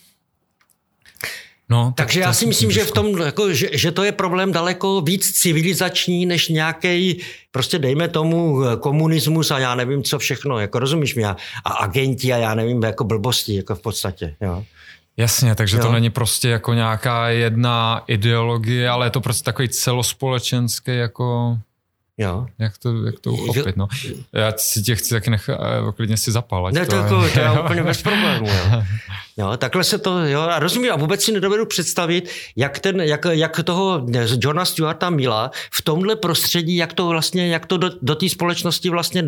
No, takže já si myslím, že v tom, jako, že to je problém daleko víc civilizační, než nějaký, prostě dejme tomu komunismus a já nevím, co všechno, jako rozumíš mě, a agenti a já nevím, jako blbosti, jako v podstatě, jo. Jasně, takže to není prostě jako nějaká jedna ideologie, ale je to prostě takový celospolečenský jako... Jo. Jak to uchopit, no. Já si tě chci taky klidně si zapálat. Ne, to je úplně bez problémů, jo. Jo, takhle se to, jo, a rozumím, a vůbec si nedovedu představit, jak toho Johna Stuarta Milla v tomhle prostředí, jak to do té společnosti vlastně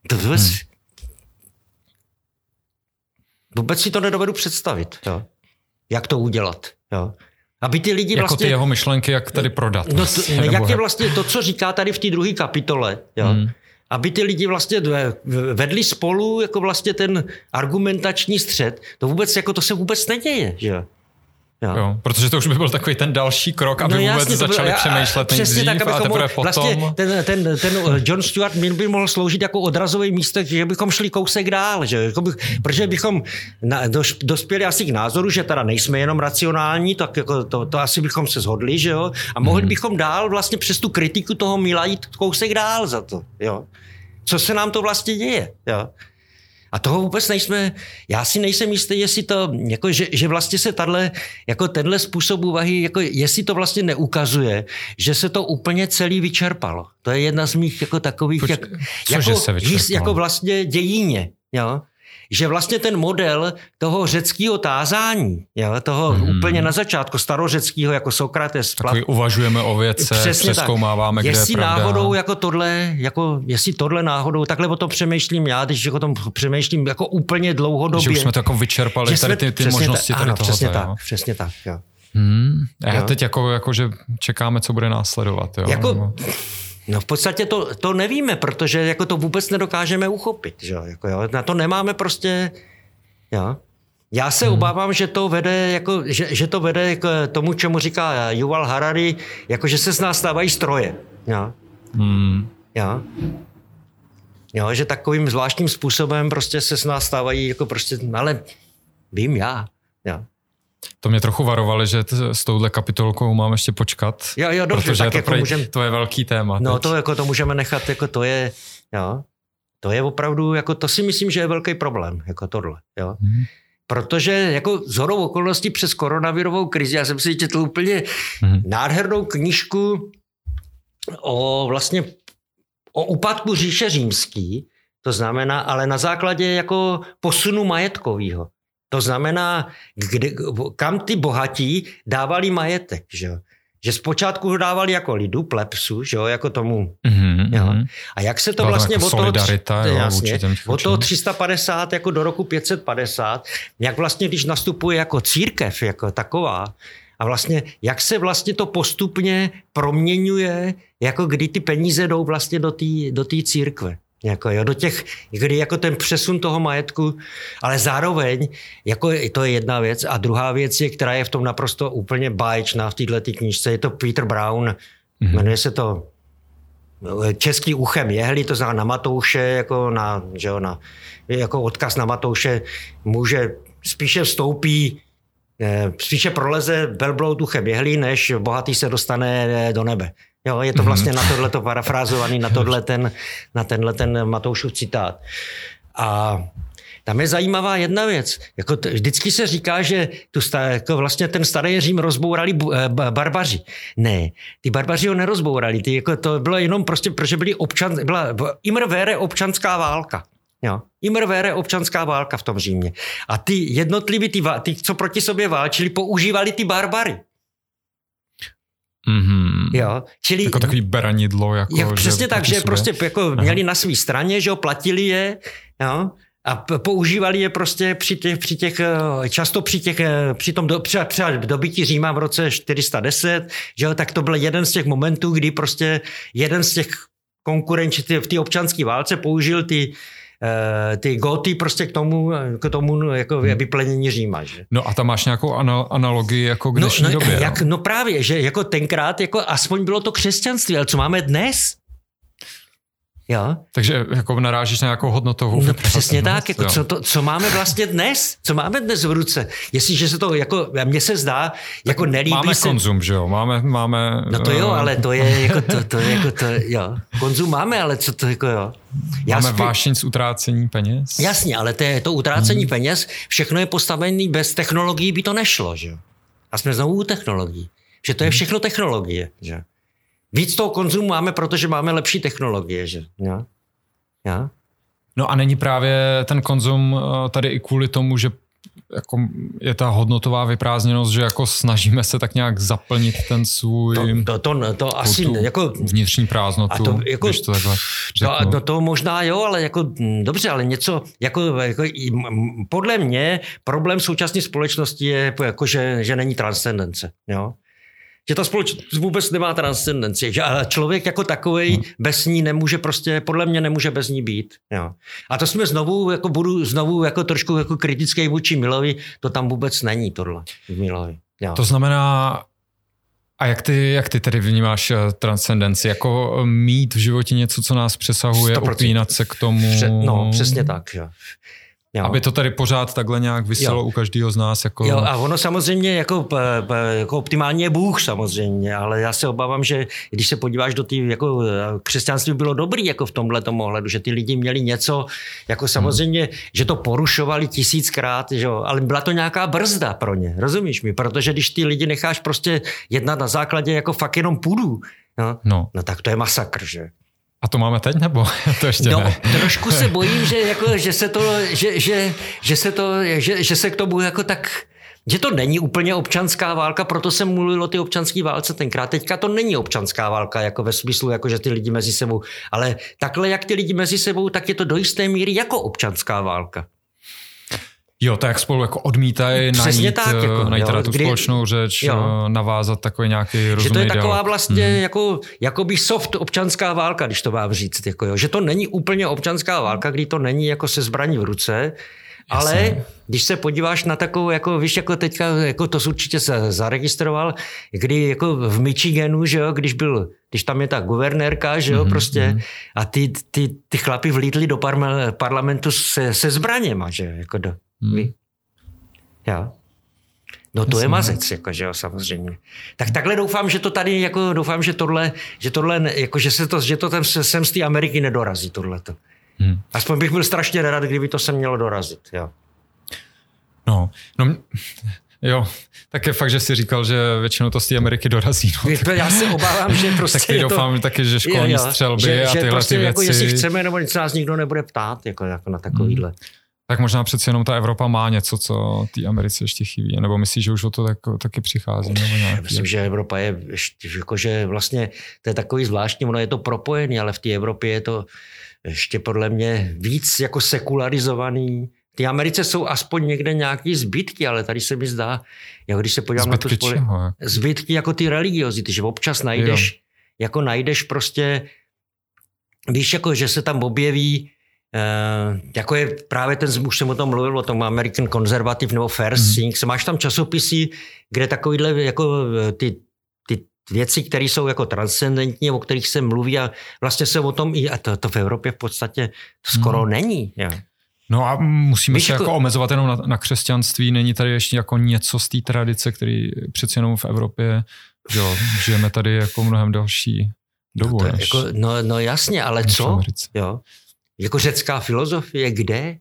vůbec si to nedovedu představit, jo. Jak to udělat, jo. Aby ty lidi jako ty jeho myšlenky, jak tady prodat. No jak je vlastně to, co říká tady v té druhé kapitole, jo. Aby ty lidi vlastně vedli spolu jako vlastně ten argumentační střed, to se vůbec neděje, že? Jo, protože to už by byl takový ten další krok, aby vůbec začali přemýšlet nejdřív tak, a teprve potom. Vlastně ten John Stuart Mill by mohl sloužit jako odrazový místek, že bychom šli kousek dál, že? Protože bychom dospěli asi k názoru, že teda nejsme jenom racionální, tak jako to asi bychom se shodli, že jo? A mohli bychom dál vlastně přes tu kritiku toho Milla jít kousek dál za to, jo? Co se nám to vlastně děje, jo? A toho vůbec já si nejsem jistý, jestli to, jako, že vlastně se tenhle způsob úvahy, jako, jestli to vlastně neukazuje, že se to úplně celý vyčerpalo. To je jedna z mých jako takových, jako vlastně dějině, jo? Že vlastně ten model toho řeckého tázání, jo, toho úplně na začátku starořeckého jako Sokrates. Takový uvažujeme o věce, přezkoumáváme, kde je pravda. Náhodou jako tohle, jestli tohle náhodou, takhle o tom přemýšlím já, když o tom přemýšlím jako úplně dlouhodobě. Že už jsme to jako vyčerpali, tady ty možnosti tady tohoto. Přesně tak, jo. A teď jako, že čekáme, co bude následovat, jo. No v podstatě to nevíme, protože jako to vůbec nedokážeme uchopit. Že? Jako, jo? Na to nemáme prostě... Jo? Já se obávám, že to vede, že to vede k tomu, čemu říká Yuval Harari, jako že se z nás stávají stroje. Jo? Jo? Jo, že takovým zvláštním způsobem prostě se z nás stávají, jako prostě, ale vím já. Jo? To mě trochu varovali, že s touhle kapitolkou mám ještě počkat. Jo, dobře, protože tak to je velký téma. No teď. to můžeme nechat, jako to je, jo. To je opravdu, jako to si myslím, že je velký problém, jako tohle, jo. Protože jako shodou okolností přes koronavirovou krizi, já jsem si četl úplně nádhernou knížku o úpadku říše římský, to znamená, ale na základě jako posunu majetkového. To znamená, kam ty bohatí dávali majetek, že jo. Že zpočátku ho dávali jako lidu, plebsu, že jo, jako tomu. Jo. A jak se to vlastně jako od toho 350 jako do roku 550, jak vlastně, když nastupuje jako církev, jako taková, a vlastně, jak se vlastně to postupně proměňuje, jako kdy ty peníze jdou vlastně do té církve. Jako, jo, do těch, kdy jako ten přesun toho majetku, ale zároveň, jako to je jedna věc a druhá věc je, která je v tom naprosto úplně báječná v této knížce, je to Peter Brown, jmenuje se to Český uchem jehly, to znamená na Matouše, jako odkaz na Matouše může spíše spíše proleze velbloud uchem jehly, než bohatý se dostane do nebe. Jo, je to vlastně na tohleto parafrázovaný, na tenhle ten Matoušův citát. A tam je zajímavá jedna věc. Jako vždycky se říká, že jako vlastně ten starý Řím rozbourali barbaři. Ne, ty barbaři ho nerozbourali. To bylo jenom prostě, protože byla imr vere občanská válka. Jo. Imr vere občanská válka v tom Římě. A ty jednotliví, ty, co proti sobě válčili, používali ty barbary. Jo, čili jako takový beranidlo. Jako přesně tak, že prostě jako měli na své straně, že jo, platili je, jo, a používali je prostě při tom dobytí Říma v roce 410, že jo, tak to byl jeden z těch momentů, kdy prostě jeden z těch konkurentů v té občanské válce použil ty góty prostě k tomu jako vyplenění Říma. Že? No a tam máš nějakou analogii jako k dnešní době. No právě, že jako tenkrát jako aspoň bylo to křesťanství, ale co máme dnes? Jo? Takže jako narážíš na nějakou hodnotovou. No přesně tak, jako co máme vlastně dnes? Co máme dnes v ruce? Jestliže se to, jako mně se zdá, jako nelíbí máme se... konzum, že jo? Máme... No to jo, ale to je jako to, jo. Konzum máme, ale co to jako jo. Máme vášeň z utrácení peněz? Jasně, ale to utrácení peněz, všechno je postavené, bez technologií by to nešlo, že jo? A jsme znovu u technologií. Že to je všechno technologie, že? Víc toho konzumu máme, protože máme lepší technologie, že? Jo? Jo? No a není právě ten konzum tady i kvůli tomu, že jako je ta hodnotová vyprázdněnost, že jako snažíme se tak nějak zaplnit ten svůj to asi jako vnitřní prázdnotu, to, jako, když to takhle řeknu. To možná jo, ale jako dobře, ale něco jako podle mě problém současné společnosti je jako, že není transcendence, jo. Že ta společnost vůbec nemá transcendenci. Že člověk jako takovej bez ní nemůže prostě, podle mě nemůže bez ní být. Jo. A to jsme budu znovu jako trošku jako kritický vůči Millovi, to tam vůbec není tohle v Millovi. Jo. To znamená, a jak ty tedy vnímáš transcendenci? Jako mít v životě něco, co nás přesahuje, 100%. Upínat se k tomu? Přesně tak, jo. Jo. Aby to tady pořád takhle nějak vyselo u každého z nás. Jako... Jo, a ono samozřejmě jako optimálně je Bůh samozřejmě, ale já se obávám, že když se podíváš do té, jako křesťanství bylo dobrý jako v tomhletom ohledu, že ty lidi měli něco, jako samozřejmě, že to porušovali 1000krát, že jo, ale byla to nějaká brzda pro ně, rozumíš mi? Protože když ty lidi necháš prostě jednat na základě jako fakt jenom půdu, no tak to je masakr, že? A to máme teď, nebo to ještě ne? Trošku se bojím, že se k tomu jako tak, že to není úplně občanská válka, proto jsem mluvil o té občanské válce tenkrát. Teďka to není občanská válka, jako ve smyslu, jako že ty lidi mezi sebou, ale takhle, jak ty lidi mezi sebou, tak je to do jisté míry jako občanská válka. Jo, tak spolu jako odmítají najít teda tu společnou řeč, navázat takový nějaký rozumný že to je taková dialog. vlastně jako by soft občanská válka, když to mám říct. Jako jo. Že to není úplně občanská válka, kdy to není jako se zbraní v ruce, ale když se podíváš na takovou, jako víš, jako teďka, jako to určitě se zaregistroval, kdy jako v Michiganu, že jo, když tam je ta guvernérka, že jo, prostě, a ty chlapi vlítli do parlamentu se zbraněma, že jo, jako jo. No to je mazec, jako, že jo, samozřejmě. Tak takhle doufám, že to tady, jako doufám, že tohle jako, že to sem z té Ameriky nedorazí, tohleto. Aspoň bych byl strašně rád, kdyby to se mělo dorazit. Jo. No, jo, tak je fakt, že jsi říkal, že většinou to z té Ameriky dorazí. No. Já se obávám, že prostě tak doufám taky, že školní střelby a tyhle prostě ty věci. Jako, jestli chceme, nebo nic nás nikdo nebude ptát, jako na takovýhle. Tak možná přeci jenom ta Evropa má něco, co té Americe ještě chybí. Nebo myslíš, že už o to taky přichází? Nebo já myslím, že Evropa je jakože vlastně, to je takový zvláštní, ono je to propojený, ale v té Evropě je to ještě podle mě víc jako sekularizovaný. Ty Americe jsou aspoň někde nějaký zbytky, ale tady se mi zdá, jako když se podívám zbytky na tu zbytky jako ty religiozity, že občas najdeš prostě, víš, jako, že se tam objeví, jako je právě už jsem o tom mluvil, o tom American Conservative nebo First Things, máš tam časopisy, kde takovýhle jako ty věci, které jsou jako transcendentní, o kterých se mluví a vlastně se o tom a to v Evropě v podstatě to skoro není. Jo. No a musíme se jako omezovat jenom na křesťanství, není tady ještě jako něco z té tradice, který přeci jenom v Evropě, že žijeme tady jako mnohem další dobu. No jasně, ale co? Jo. Jako řecká filozofie, kde?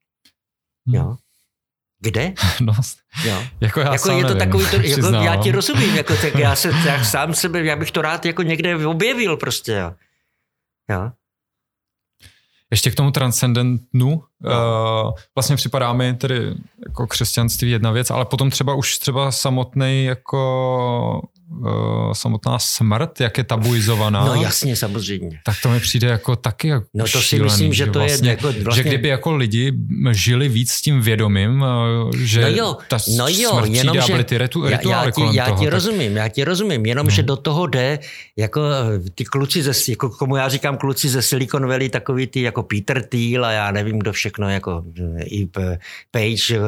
Jo. Kde? No, jo. Jako já jako je to takový, já ti rozumím, jako, tak já sám sebe, já bych to rád jako někde objevil prostě. Jo. Ještě k tomu transcendentnu, vlastně připadá mi tedy jako křesťanství jedna věc, ale potom třeba samotný jako samotná smrt, jak je tabuizovaná. No jasně, samozřejmě. Tak to mi přijde jako taky jako no to šílený, si myslím, že to vlastně, je jako vlastně... Že kdyby jako lidi žili víc s tím vědomím, že ta smrt přijde a byly ty rituály kolem toho. Já ti rozumím, jenom že do toho jde jako ty kluci jako komu já říkám kluci ze Silicon Valley, takový ty jako Peter Thiel a já nevím kdo všechno, jako i Page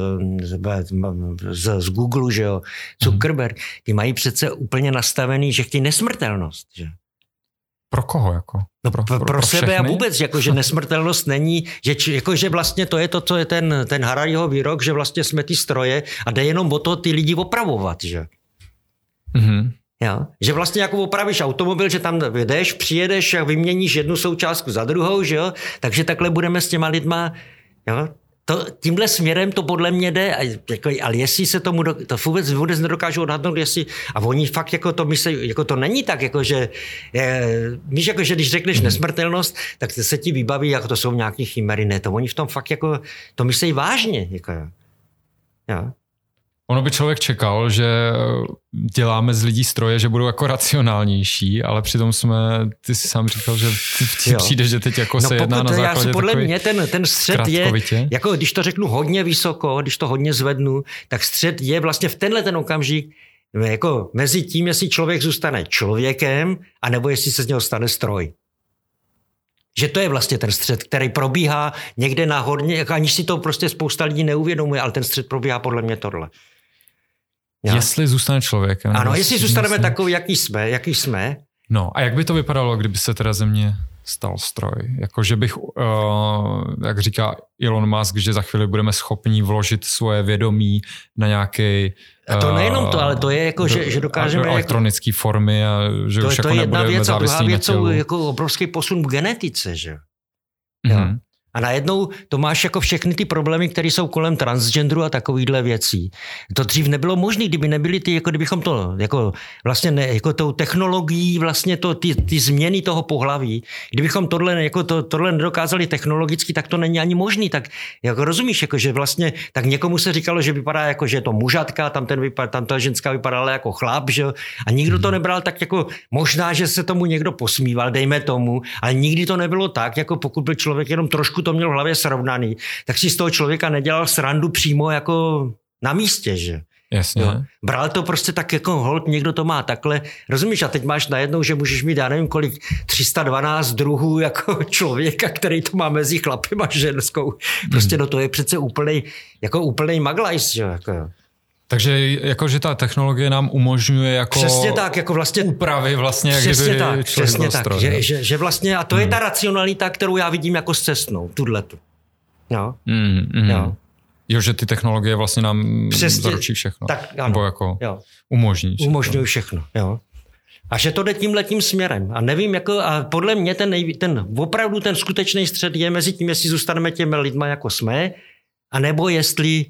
z Google, že jo, Zuckerberg, ty mají přece úplně nastavený, že chtějí nesmrtelnost. Že? Pro koho? Jako? No pro sebe a vůbec, jako, že nesmrtelnost není, že vlastně to je to, co je ten Harariho výrok, že vlastně jsme ty stroje a jde jenom o to ty lidi opravovat. Že? Mm-hmm. Jo? Že vlastně jako opravíš automobil, že tam jdeš, přijedeš a vyměníš jednu součástku za druhou, že jo? Takže takhle budeme s těma lidma, jo? Tímhle směrem to podle mě jde, ale jestli se tomu, to vůbec nedokážu odhadnout, jestli, a oni fakt jako to myslí, jako to není tak, jako že, víš, jako že když řekneš nesmrtelnost, tak se ti vybaví, jako to jsou nějaký chimery, ne, to oni v tom fakt jako, to myslí vážně, jako jo. Ono by člověk čekal, že děláme z lidí stroje, že budou jako racionálnější, ale přitom ty jsi sám říkal, že ti přijde, že teď jako se jedná na základě podle mě ten střed je, jako když to řeknu hodně vysoko, když to hodně zvednu, tak střed je vlastně v tenhle ten okamžik jako mezi tím, jestli člověk zůstane člověkem, anebo jestli se z něho stane stroj. Že to je vlastně ten střed, který probíhá někde na hodně, aniž si to prostě spousta lidí neuvědomuje, ale ten střed probíhá podle mě tohle. Ja? Jestli zůstane člověkem. Ano, jestli zůstaneme takový, jaký jsme. No a jak by to vypadalo, kdyby se teda ze mě stal stroj? Jako, že bych, jak říká Elon Musk, že za chvíli budeme schopni vložit svoje vědomí na nějaký... A to nejenom to, ale to je jako, že dokážeme... elektronické formy a že už jako nebudeme závislí na tělu. To je jedna věc a druhá věc jsou jako obrovský posun v genetice, že? Mm-hmm. A najednou to máš jako všechny ty problémy, které jsou kolem transgenderu a takovýhle věcí. To dřív nebylo možné, kdyby nebyly ty, jako kdybychom to, jako vlastně ne, jako tou technologií vlastně to, ty změny toho pohlaví, kdybychom tohle nedokázali technologicky, tak to není ani možný. Tak jako rozumíš, jako že vlastně, tak někomu se říkalo, že vypadá jako, že je to mužatka, tam ta ženská vypadala jako chlap, že? A nikdo to nebral tak jako, možná, že se tomu někdo posmíval, dejme tomu, ale nikdy to nebylo tak, jako pokud byl člověk jenom trošku to měl v hlavě srovnaný, tak si z toho člověka nedělal srandu přímo jako na místě, že? Jasně. Jo. Bral to prostě tak jako holt, někdo to má takhle. Rozumíš? A teď máš najednou, že můžeš mít, já nevím kolik, 312 druhů jako člověka, který to má mezi chlapem a ženskou. Prostě do toho je přece úplnej maglajs, že? Jako. Takže jakože ta technologie nám umožňuje jako přesně tak, jako vlastně úpravy vlastně, jak kdyby člověk byl stroj. Že vlastně, a to je ta racionalita, kterou já vidím jako scestnou, tuhletu. Jo. Jo. Jo, že ty technologie vlastně nám zaručí všechno. Tak, ano. Nebo jako umožní. Umožňují všechno, jo. A že to jde tímhletím směrem. A nevím, jako, a podle mě opravdu ten skutečný střed je mezi tím, jestli zůstaneme těmi lidma, jako jsme, anebo jestli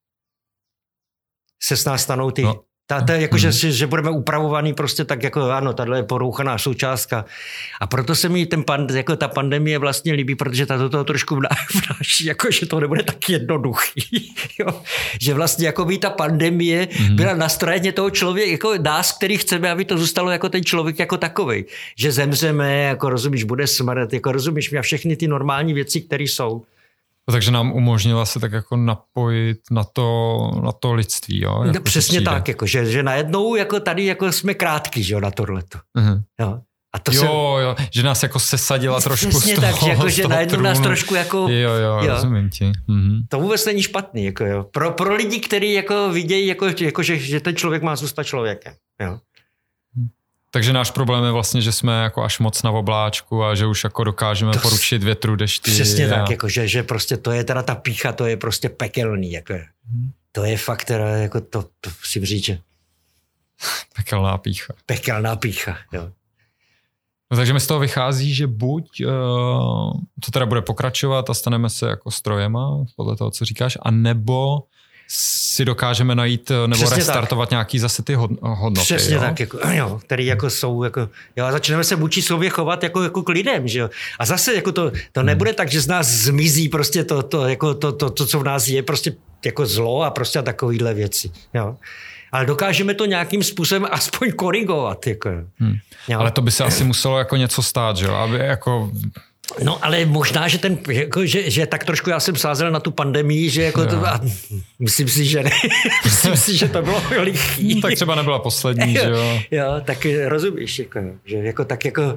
se s nás stanou ty... No. Jako, že budeme upravovaný prostě tak jako, ano, tato je porouchaná součástka. A proto se mi jako ta pandemie vlastně líbí, protože ta do toho trošku vnáší, jako, že to nebude tak jednoduchý. Jo? Že vlastně jako by ta pandemie byla na straně toho člověka, jako nás, který chceme, aby to zůstalo jako ten člověk jako takovej. Že zemřeme, jako rozumíš, bude smrt, jako rozumíš, a všechny ty normální věci, které jsou. Takže nám umožnila se tak jako napojit na to lidství, jo? Jako přesně tak, jako, že najednou jako tady jako jsme krátký, že jo, na tohleto. Jo. A to jo, že nás jako sesadila trošku přesně z toho, tak, jako, že najednou trůnu. nás trošku jako... Jo, rozumím ti. To vůbec není špatný, jako jo. Pro lidi, kteří jako vidějí, jako, že ten člověk má zůstat člověkem, jo. Takže náš problém je vlastně, že jsme jako až moc na obláčku a že už jako dokážeme poručit větru, dešti. Přesně tak, jako, že prostě to je teda ta pýcha, to je prostě pekelný. Jako. To je fakt teda, jako to si říct, že... Pekelná pýcha. Pekelná pýcha, jo. No, takže mi z toho vychází, že buď to teda bude pokračovat a staneme se jako strojema, podle toho, co říkáš, a nebo si dokážeme najít nebo přesně restartovat tak. Nějaký zase ty hodnoty. Přesně jo? tak, jako, jo, který jako jsou, jako, jo, a začneme se vůči sobě chovat jako k lidem, že jo. A zase jako to nebude tak, že z nás zmizí prostě to, co v nás je, prostě jako zlo a prostě takovýhle věci, jo. Ale dokážeme to nějakým způsobem aspoň korigovat, jako. Ale to by se asi muselo jako něco stát, že jo, aby jako... No, ale možná, že že tak trošku já jsem sázel na tu pandemii, že jako to, a myslím si, že ne. Myslím si, že to bylo lichý. Tak třeba nebyla poslední, že jo? Jo, tak rozumíš, jako, že jako tak jako...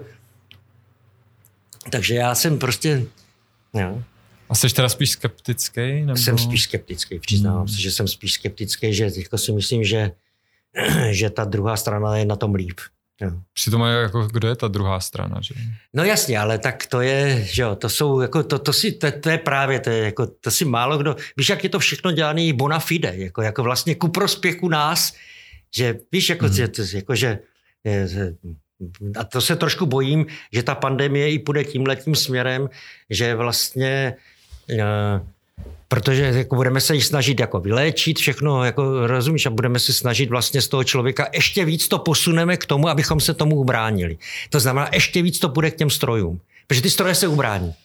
Takže já jsem prostě... Jo. A jsi teda spíš skeptický? Nebo... Jsem spíš skeptický, přiznávám se, že jsem spíš skeptický, že jako si myslím, že ta druhá strana je na tom líp. Jo. Přitom jako, kdo je ta druhá strana, že? No jasně, ale tak to je, že jo, to jsou, jako to je právě, to si málo kdo, víš, jak je to všechno dělané bona fide, jako vlastně ku prospěchu nás, že víš, že a to se trošku bojím, že ta pandemie i půjde tímhletím směrem, že vlastně... Protože jako budeme se jí snažit jako vyléčit všechno, jako rozumíš, a budeme se snažit vlastně z toho člověka ještě víc to posuneme k tomu, abychom se tomu ubránili. To znamená, ještě víc to půjde k těm strojům. Protože ty stroje se ubrání.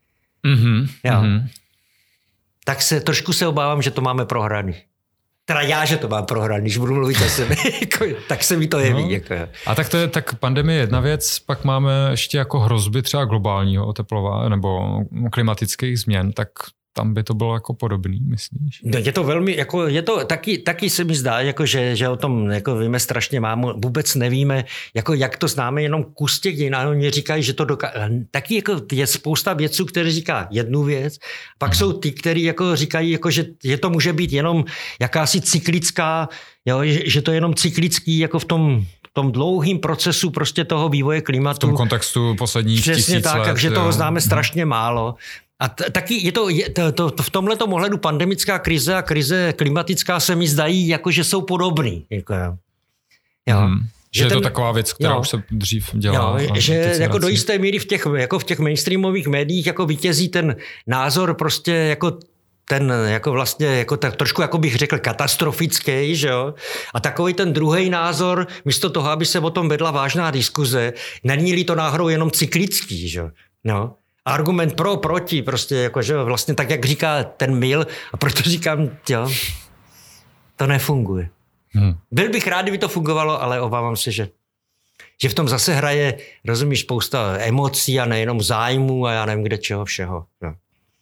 Tak trošku se obávám, že to máme prohraný. Teda já, že to mám prohraný, když budu mluvit o sebe, tak se mi to jeví. No. Jako. A tak pandemie je jedna věc, pak máme ještě jako hrozby třeba globálního oteplování nebo klimatických změn, tak tam by to bylo jako podobný, myslíš? No, je to velmi, jako je to taky se mi zdá, jako že o tom jako víme strašně málo, vůbec nevíme, jako jak to známe, jenom kus těch dějin, oni říkají, že to taky jako je spousta vědců, kteří říká jednu věc, pak jsou ty, kteří jako říkají, jako, že to může být jenom jakási cyklická, jo, že to je jenom cyklický, jako v tom dlouhém procesu prostě toho vývoje klimatu. V tom kontextu posledních 1000 let. Přesně tak, takže toho známe strašně málo. A taky je to v tomhletom ohledu pandemická krize a krize klimatická se mi zdají, jako že jsou podobný. Jako, jo. Že je to taková věc, která už se dřív dělá. Že jako do jisté míry v těch mainstreamových médiích jako vítězí ten názor prostě jako ten jako vlastně jako tak trošku jako bych řekl katastrofický, že jo? A takový ten druhý názor, místo toho, aby se o tom vedla vážná diskuze, není-li to náhodou jenom cyklický, že jo? No. Argument proti, prostě jako, že vlastně tak, jak říká ten Mill, a proto říkám, jo, to nefunguje. Byl bych rád, kdyby to fungovalo, ale obávám se, že v tom zase hraje, rozumíš, spousta emocí a nejenom zájmů a já nevím kde čeho všeho. Jo.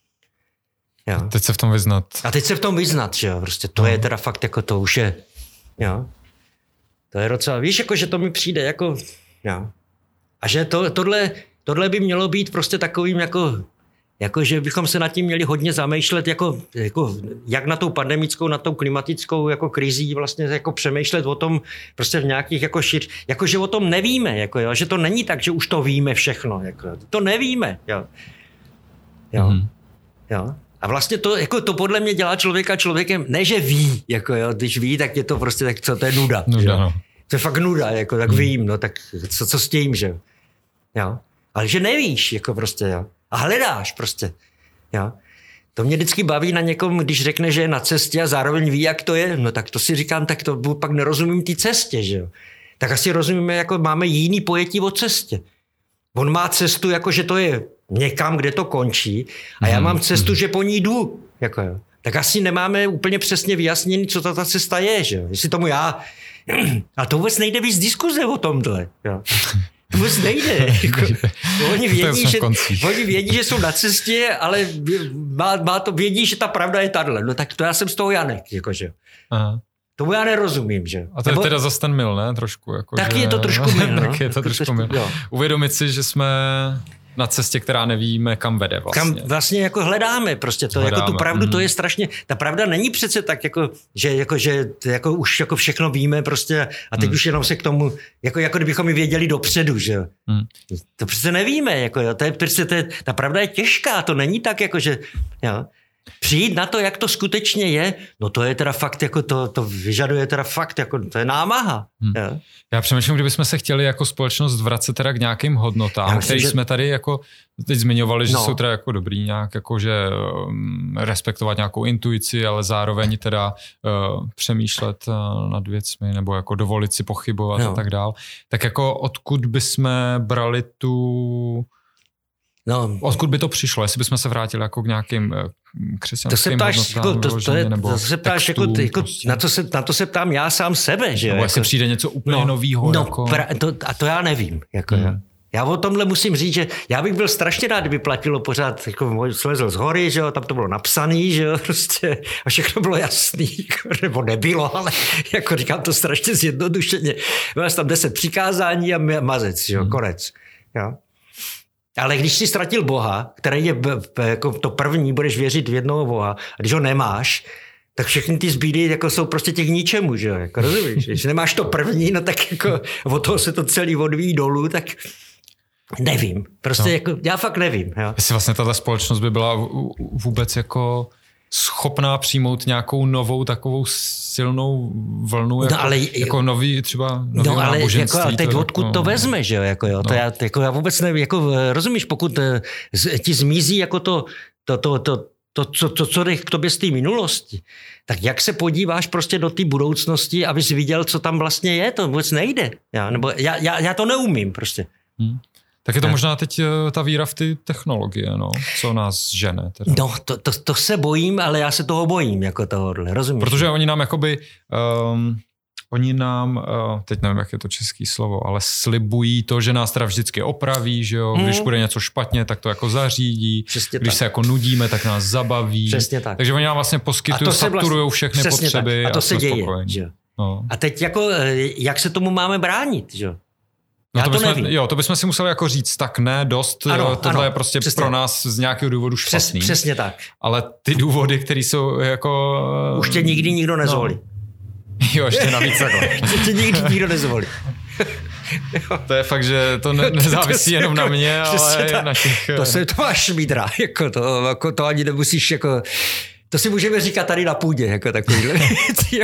Jo. Teď se v tom vyznat. A teď se v tom vyznat, že jo, prostě to je teda fakt, jako to už je, jo. To je docela, víš, jako, že to mi přijde, jako, jo. A že tohle by mělo být prostě takovým, jako že bychom se nad tím měli hodně zamýšlet, jako jak na tou pandemickou, na tou klimatickou jako krizí vlastně jako přemýšlet o tom prostě v nějakých jako jako že o tom nevíme, jako jo, že to není tak, že už to víme všechno, jako to nevíme, jo. Jo. Jo. A vlastně to podle mě dělá člověka člověkem, ne že ví, jako jo, když ví, tak je to prostě, tak co, to je nuda. No. To je fakt nuda, jako, tak vím, no tak co s tím, že jo. Ale že nevíš, jako prostě, jo. A hledáš prostě, jo. To mě vždycky baví na někom, když řekne, že je na cestě a zároveň ví, jak to je. No tak to si říkám, tak to pak nerozumím té cestě, že jo. Tak asi rozumíme, jako máme jiný pojetí o cestě. On má cestu, jako že to je někam, kde to končí a já mám cestu, že po ní jdu, jako jo. Tak asi nemáme úplně přesně vyjasnění, co ta cesta je, že jo. Jestli tomu já... A to vůbec nejde víc diskuze o tomhle, jo. To vůbec nejde. Oni vědí, že jsou na cestě, ale vědí, že ta pravda je tahle. No tak to já jsem z toho Janek, jakože. Aha. Tomu já nerozumím, že? A to je teda zase ten mil, ne? Trošku. Jako, taky je to trošku mil, no? Taky je to trošku mil. Uvědomit si, že jsme na cestě, která nevíme, kam vede vlastně. Kam vlastně jako hledáme prostě to, jako tu pravdu, to je strašně, ta pravda není přece tak, že už jako všechno víme prostě a teď už jenom se k tomu, jako kdybychom ji věděli dopředu, že to přece nevíme, jako to je přece, ta pravda je těžká, to není tak, jako že, jo. Přijít na to, jak to skutečně je, no to je teda fakt, jako to vyžaduje teda fakt, jako to je námaha. Já přemýšlím, kdybychom se chtěli jako společnost vracet teda k nějakým hodnotám, které jsme tady jako teď zmiňovali, že jsou teda jako dobrý nějak, jako že respektovat nějakou intuici, ale zároveň teda přemýšlet nad věcmi nebo jako dovolit si pochybovat a tak dál. Tak jako odkud bychom brali tu... No, odkud by to přišlo? Jestli bychom se vrátili jako k nějakým křesťanským hodnotám, to se ptáš, na to se ptám já sám sebe, že? Nebo jestli přijde něco úplně novýho. Jako... To já nevím. Jako já o tomhle musím říct, že já bych byl strašně rád, kdyby platilo pořád, jako slezl z hory, že jo, tam to bylo napsaný, že jo, prostě a všechno bylo jasný, nebo nebylo, ale jako říkám to strašně zjednodušeně. Bylo tam 10 přikázání a mazec, že jo, konec. Jo. Ale když jsi ztratil Boha, který je jako to první, budeš věřit v jednoho Boha, a když ho nemáš, tak všechny ty zbídy jako jsou prostě těch ničemu, že jo, jako rozumíš? Když nemáš to první, no tak jako od toho se to celý odvíjí dolů, tak nevím. Prostě jako, já fakt nevím. Jo. Jestli vlastně tato společnost by byla vůbec jako schopná přijmout nějakou novou takovou silnou vlnu, jako nový třeba nový náboženství. Ale teď odkud to vezme, že jo? Já vůbec nevím, jako rozumíš, pokud ti zmizí jako to, co jde k tobě z té minulosti, tak jak se podíváš prostě do té budoucnosti, abys viděl, co tam vlastně je, to vůbec nejde. Já to neumím prostě. Tak je to možná teď ta víra v ty technologie, no, co nás žene. Teda. No, to se bojím, ale já se toho bojím, jako tohohle, rozumíš? Protože oni nám jakoby, teď nevím, jak je to český slovo, ale slibují to, že nás teda vždycky opraví, že jo, když bude něco špatně, tak to jako zařídí, když se jako nudíme, tak nás zabaví. Přesně tak. Takže oni nám vlastně poskytují, fakturujou všechny potřeby. A to se děje, že? No. A teď jako, jak se tomu máme bránit, že jo? No to bychom si museli jako říct, tak ne, dost, tohle je prostě přesně. Pro nás z nějakého důvodu špatný. Přesně tak. Ale ty důvody, které jsou jako... Už tě nikdy nikdo nezvolí. Jo, ještě navíc takhle. Už tě nikdy nikdo nezvolí. To je fakt, že to nezávisí jenom na mě, ale i na těch... To máš šmídra, jako to ani nemusíš jako... To si můžeme říkat tady na půdě, jako takovýhle věci.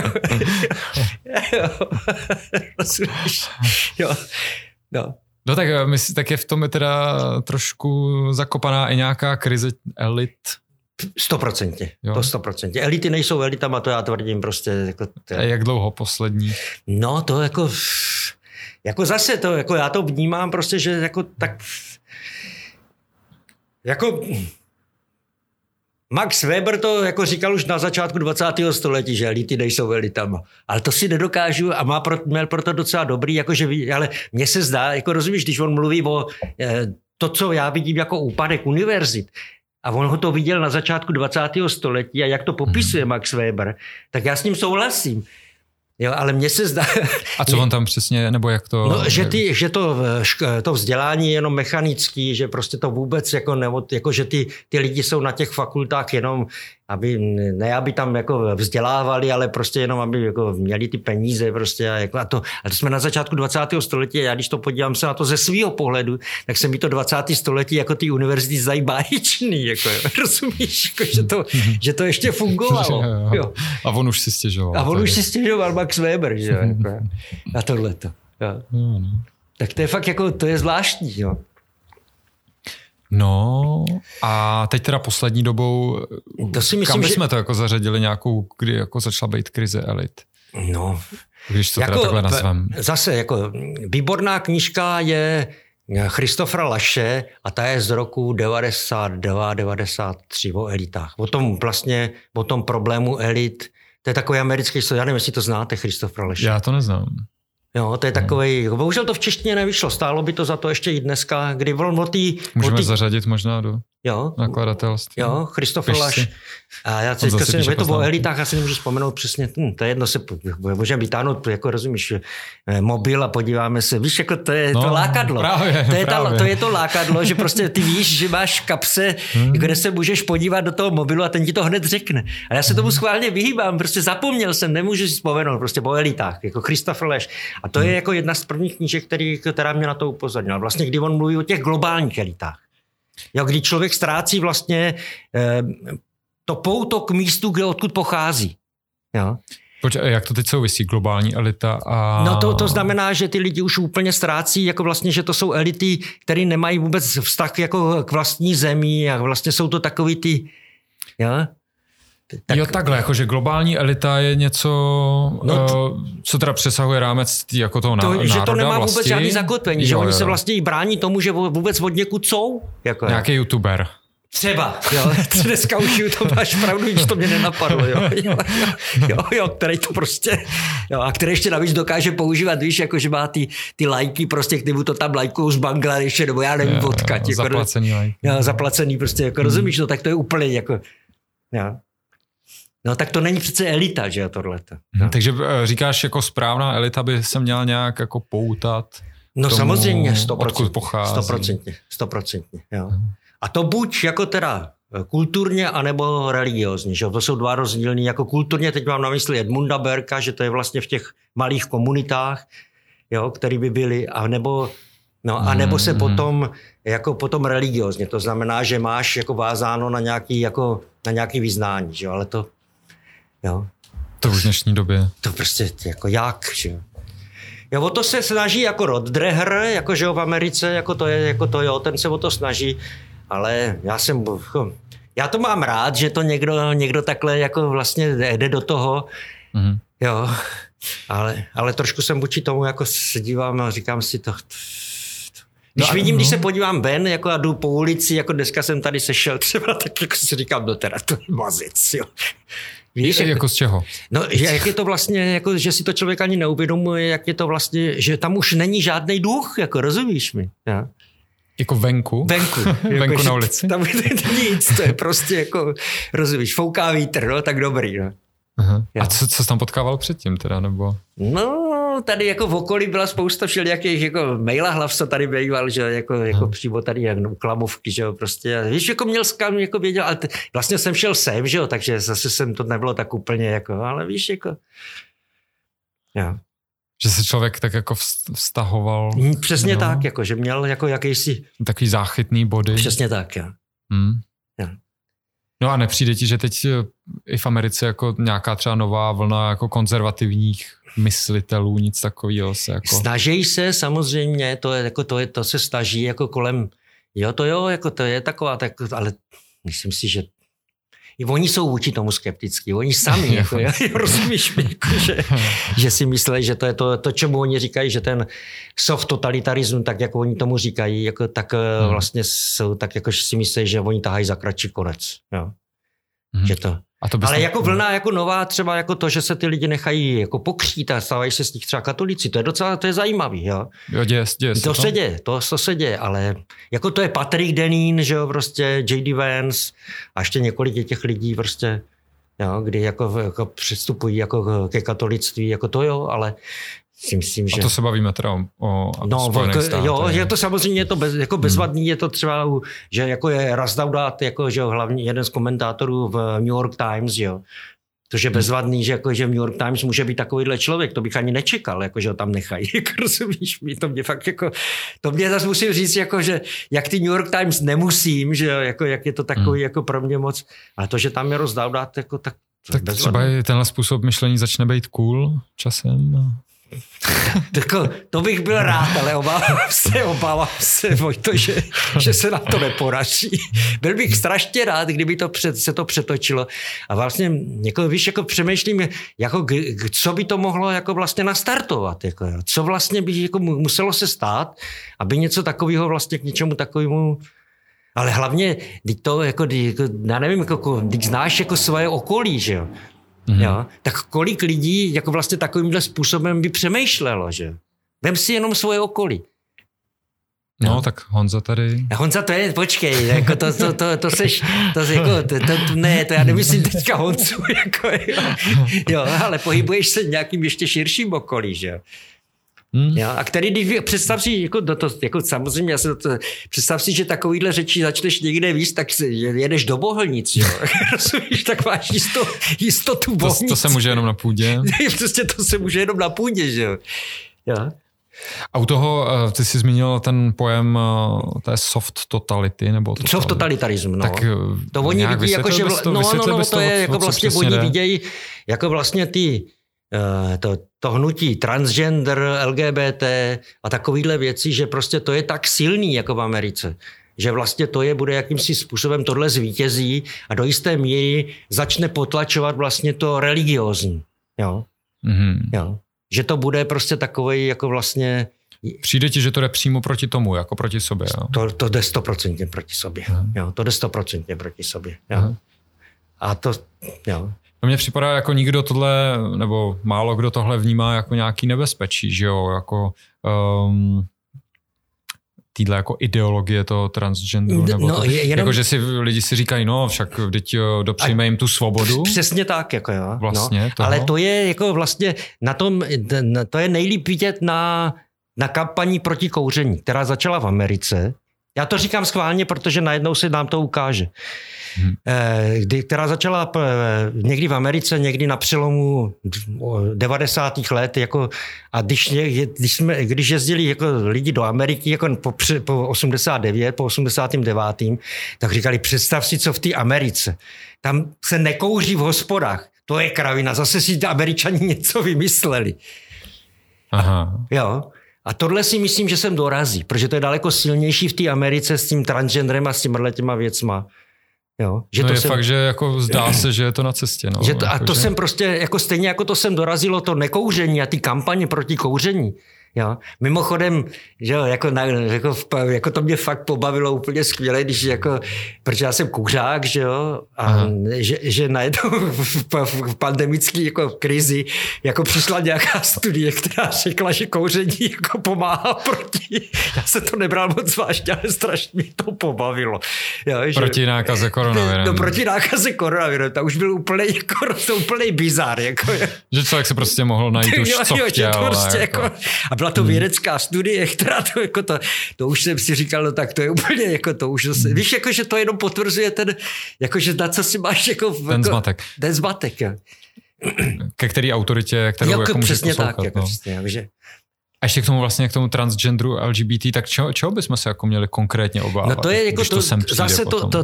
Jo. No tak je v tom teda trošku zakopaná i nějaká krize elit. 100%. To 100%. Elity nejsou elitama, to já tvrdím prostě. Jako a jak dlouho poslední? No to jako zase to, jako já to vnímám prostě, že jako tak jako Max Weber to jako říkal už na začátku 20. století, že elity nejsou elitama. Ale to si nedokážu a měl proto docela dobrý, jakože, ale mně se zdá, jako rozumíš, když on mluví o to, co já vidím jako úpadek univerzit, a on ho to viděl na začátku 20. století a jak to popisuje Max Weber, tak já s ním souhlasím. Jo, ale mně se zdá... A co on tam přesně, nebo jak to... No, že to vzdělání je jenom mechanický, že prostě to vůbec, jako že ty lidi jsou na těch fakultách jenom aby tam jako vzdělávali, ale prostě jenom, aby jako měli ty peníze prostě a to jsme na začátku 20. století a já když to podívám se na to ze svého pohledu, tak se mi to 20. století jako ty univerzity zdají báječný, jako, rozumíš, jako, že to ještě fungovalo. Jo. A on už si stěžoval. Max Weber, že jo, jako, a tohleto. Jo. Tak to je fakt jako, to je zvláštní, jo. No a teď teda poslední dobou, to si myslím, kam bychom to jako zařadili nějakou, kdy jako začala být krize elit? No. Když to jako, teda takhle nazvem. Zase jako výborná knížka je Christophera Lashe a ta je z roku 92-93 o elitách. O tom problému elit. To je takový americký, já nevím, jestli to znáte, Christophera Lashe. Já to neznám. Jo, to je takovej, bohužel to v češtině nevyšlo, stálo by to za to ještě i dneska, kdy Můžeme zařadit možná do nakladatelství. Jo, Christopher Lash. A já teďka je to o elitách, já si nemůžu vzpomenout přesně, to je jedno, můžeme vytáhnout, jako rozumíš, mobil a podíváme se, víš, jako to je to lákadlo. Právě. To je to lákadlo, že prostě ty víš, že máš v kapse, kde se můžeš podívat do toho mobilu a ten ti to hned řekne. A já se tomu schválně vyhýbám, prostě zapomněl jsem, nemůžu si vzpomenout, prostě o elitách, jako Christopher Lash. A to je jako jedna z prvních knížek, která mě na to upozornila. Vlastně, kdy on mluví o těch globálních elitách. Jo, kdy člověk ztrácí vlastně to pouto k místu, odkud pochází. Jo. Počkej, jak to teď souvisí, globální elita a... No to znamená, že ty lidi už úplně ztrácí, jako vlastně, že to jsou elity, které nemají vůbec vztah jako k vlastní zemi a vlastně jsou to takový ty... Jo? Jo, takhle, jakože globální elita je něco, co teda přesahuje rámec jako toho národa, že to nemá vůbec vlasti. žádný zakotvení, že oni se vlastně i brání tomu, že vůbec od někud jsou. Jako, nějaký youtuber. Třeba, jo, dneska už to máš pravdu, že to mě nenapadlo, jo, který to prostě, jo, a který ještě navíc dokáže používat, víš, jako že má ty lajky, prostě, který mu to tam lajkují z Bangladeše, nebo já nevím, odkud. Zaplacený lajky. Jo, zaplacený prostě, jako rozumíš, no tak to je úplně, jako, jo. No tak to není přece elita, že jo, tohleto. No. Takže říkáš, jako správná elita by se měla nějak jako poutat. No tomu, samozřejmě, 100%. 100%, jo. A to buď jako teda kulturně, anebo religiózně, že jo, to jsou dva rozdílný, jako kulturně, teď mám na mysli Edmunda Burkea, že to je vlastně v těch malých komunitách, jo, který by byly, anebo se potom religiózně, to znamená, že máš jako vázáno na nějaký vyznání, že jo, ale to, jo. To už v dnešní době. To prostě jako jak, že jo. Jo, o to se snaží jako Rod Dreher, jako že jo, v Americe, jako to jo, ten se o to snaží, ale já to mám rád, že to někdo takhle jako vlastně jde do toho, jo, ale trošku jsem vůči tomu jako se dívám a říkám si to. Když se podívám ven, jako a jdu po ulici, jako dneska jsem tady sešel třeba, tak jako si říkám, no teda to je mazec, jo. Víš, jako z čeho? No, jak je to vlastně, jako, že si to člověk ani neuvědomuje, jak je to vlastně, že tam už není žádný duch, jako rozumíš mi, jo. Jako venku? Venku na ulici? Tam nic, to je prostě jako, rozumíš, fouká vítr, no, tak dobrý, no. A co jsi tam potkával předtím teda, nebo? No, tady jako v okolí byla spousta všelijakých jako mailahlav, co tady býval, že jako přímo tady jak klamovky, že jo, prostě. Víš, jako měl skam, jako věděl, ale vlastně jsem šel sem, že jo, takže zase jsem to nebylo tak úplně jako, ale víš, jako, jo. Že se člověk tak jako vztahoval. Přesně tak, jako, že měl jako jakýsi... Takový záchytný body. Přesně tak, jo. Jo. No a nepřijde ti, že teď i v Americe jako nějaká třeba nová vlna jako konzervativních myslitelů, nic takového se jako... Snaží se samozřejmě, to se snaží jako kolem, jako to je taková, tak, ale myslím si, že i oni jsou vůči tomu skeptický, oni sami, jako, rozumíš mi, jako, že si myslí, že to je to, čemu oni říkají, že ten soft totalitarismus, tak jako oni tomu říkají, jako, tak vlastně jsou tak, jako si myslí, že oni tahají za kratší konec. Jo. Že to. Ale jako vlna jako nová, třeba jako to, že se ty lidi nechají jako pokřít a stávají se z nich třeba katolíci, to je zajímavý, jo. Děje to se děje, ale jako to je Patrick Deneen, že jo, prostě J.D. Vance a ještě několik těch lidí prostě, jo, kdy jako přistupují jako ke katolictví, jako to jo, ale si myslím, že... A to se bavíme teda o Spojených státech. Jo, je to samozřejmě jako bezvadný, je to třeba, že jako je Razdaudát, jako že hlavní jeden z komentátorů v New York Times, jo. To je bezvadný, že, jako, že v New York Times může být takovýhle člověk, to bych ani nečekal, jako, že ho tam nechají. Rozumíš mi, to mě fakt jako, to mě zase musím říct, jako, že jak ty New York Times nemusím, že jako, jak je to takový jako pro mě moc, ale to, že tam je Razdaudát, jako tak třeba i tenhle způsob myšlení začne být cool časem. To bych byl rád, ale obávám se, Vojto, že se nám to nepodaří. Byl bych strašně rád, kdyby se to přetočilo. A vlastně, jako, víš, jako přemýšlím, jako, co by to mohlo jako vlastně nastartovat. Jako, co vlastně by jako muselo se stát, aby něco takového vlastně k něčemu takovému. Ale hlavně, já nevím, když znáš jako svoje okolí, že jo. Jo, tak kolik lidí jako vlastně takovýmhle způsobem by přemýšlelo, že? Vem si jenom svoje okolí. No, tak Honza tady... Honza, to je, počkej, jako to já nemyslím teďka Honzu, jako, jo, ale pohybuješ se nějakým ještě širším okolí, že jo. Jo, a který, představ si, jako samozřejmě, představ si, že takovýhle řeči začneš někde víc, tak jedeš do Bohnic, jo. Rozumíš, tak máš jistotu Bohnic. To se může jenom na půdě. Prostě to se může jenom na půdě, že jo. A u toho, ty jsi zmínil ten pojem té soft totality, nebo soft totalitarism, no. Tak to oni vidí, jako, že to je, jako vlastně oni vidějí, jako vlastně ty to hnutí transgender, LGBT a takovýhle věci, že prostě to je tak silný jako v Americe, že vlastně to bude jakýmsi způsobem tohle zvítězí a do jisté míry začne potlačovat vlastně to religiózní. Jo? Jo. Že to bude prostě takovej jako vlastně... Přijde ti, že to jde přímo proti tomu, jako proti sobě. Jo? To jde 100% proti sobě. Jo, to jde 100% proti sobě. Jo? A to... Jo. To mně připadá, jako nikdo tohle, nebo málo kdo tohle vnímá jako nějaký nebezpečí, že jo, jako týhle jako ideologie toho transgenderu, nebo jako, že si lidi si říkají, no však teď dopřijme jim tu svobodu. Přesně tak, jako jo. Vlastně no. Ale to je jako vlastně na tom, to je nejlíp vidět na kampani proti kouření, která začala v Americe. Já to říkám schválně, protože najednou se nám to ukáže. Která začala někdy v Americe, někdy na přelomu 90. let, jako, a když jezdili jako lidi do Ameriky jako po 89, po 89., tak říkali, představ si, co v té Americe. Tam se nekouří v hospodách. To je kravina. Zase si Američani něco vymysleli. Aha. Jo. A tohle si myslím, že sem dorazí, protože to je daleko silnější v té Americe s tím transgenderem a s těma věcma. Jo, že no to je fakt, že jako zdá se, že je to na cestě. No, a to jsem prostě, jako stejně jako to sem dorazilo to nekouření a ty kampaně proti kouření. Jo. Mimochodem, že jo, jako to mě fakt pobavilo úplně skvěle, když jako, protože já jsem kuřák, že jo, a že najednou v pandemické jako krizi jako přišla nějaká studie, která řekla, že kouření jako pomáhá proti, já se to nebral moc vážně, ale strašně mě to pobavilo. Jo, proti nákaze koronavirem. No, proti nákaze koronavirem, to už byl úplný bizár. Jako, že člověk se prostě mohl najít už co chtěl. Jako, a byla to vědecká studie, která to už jsem si říkal, no tak to je úplně jako to už zase, víš, jako, že to jenom potvrzuje ten, jakože na co si máš jako... Ten zmatek. Ten zmatek, jo. Ke který autoritě, kterou jako můžeš poslouchat. Tak, jako přesně, takže... A ještě k tomu transgenderu LGBT, tak čeho bychom se jako měli konkrétně obávat? No to je jako to zase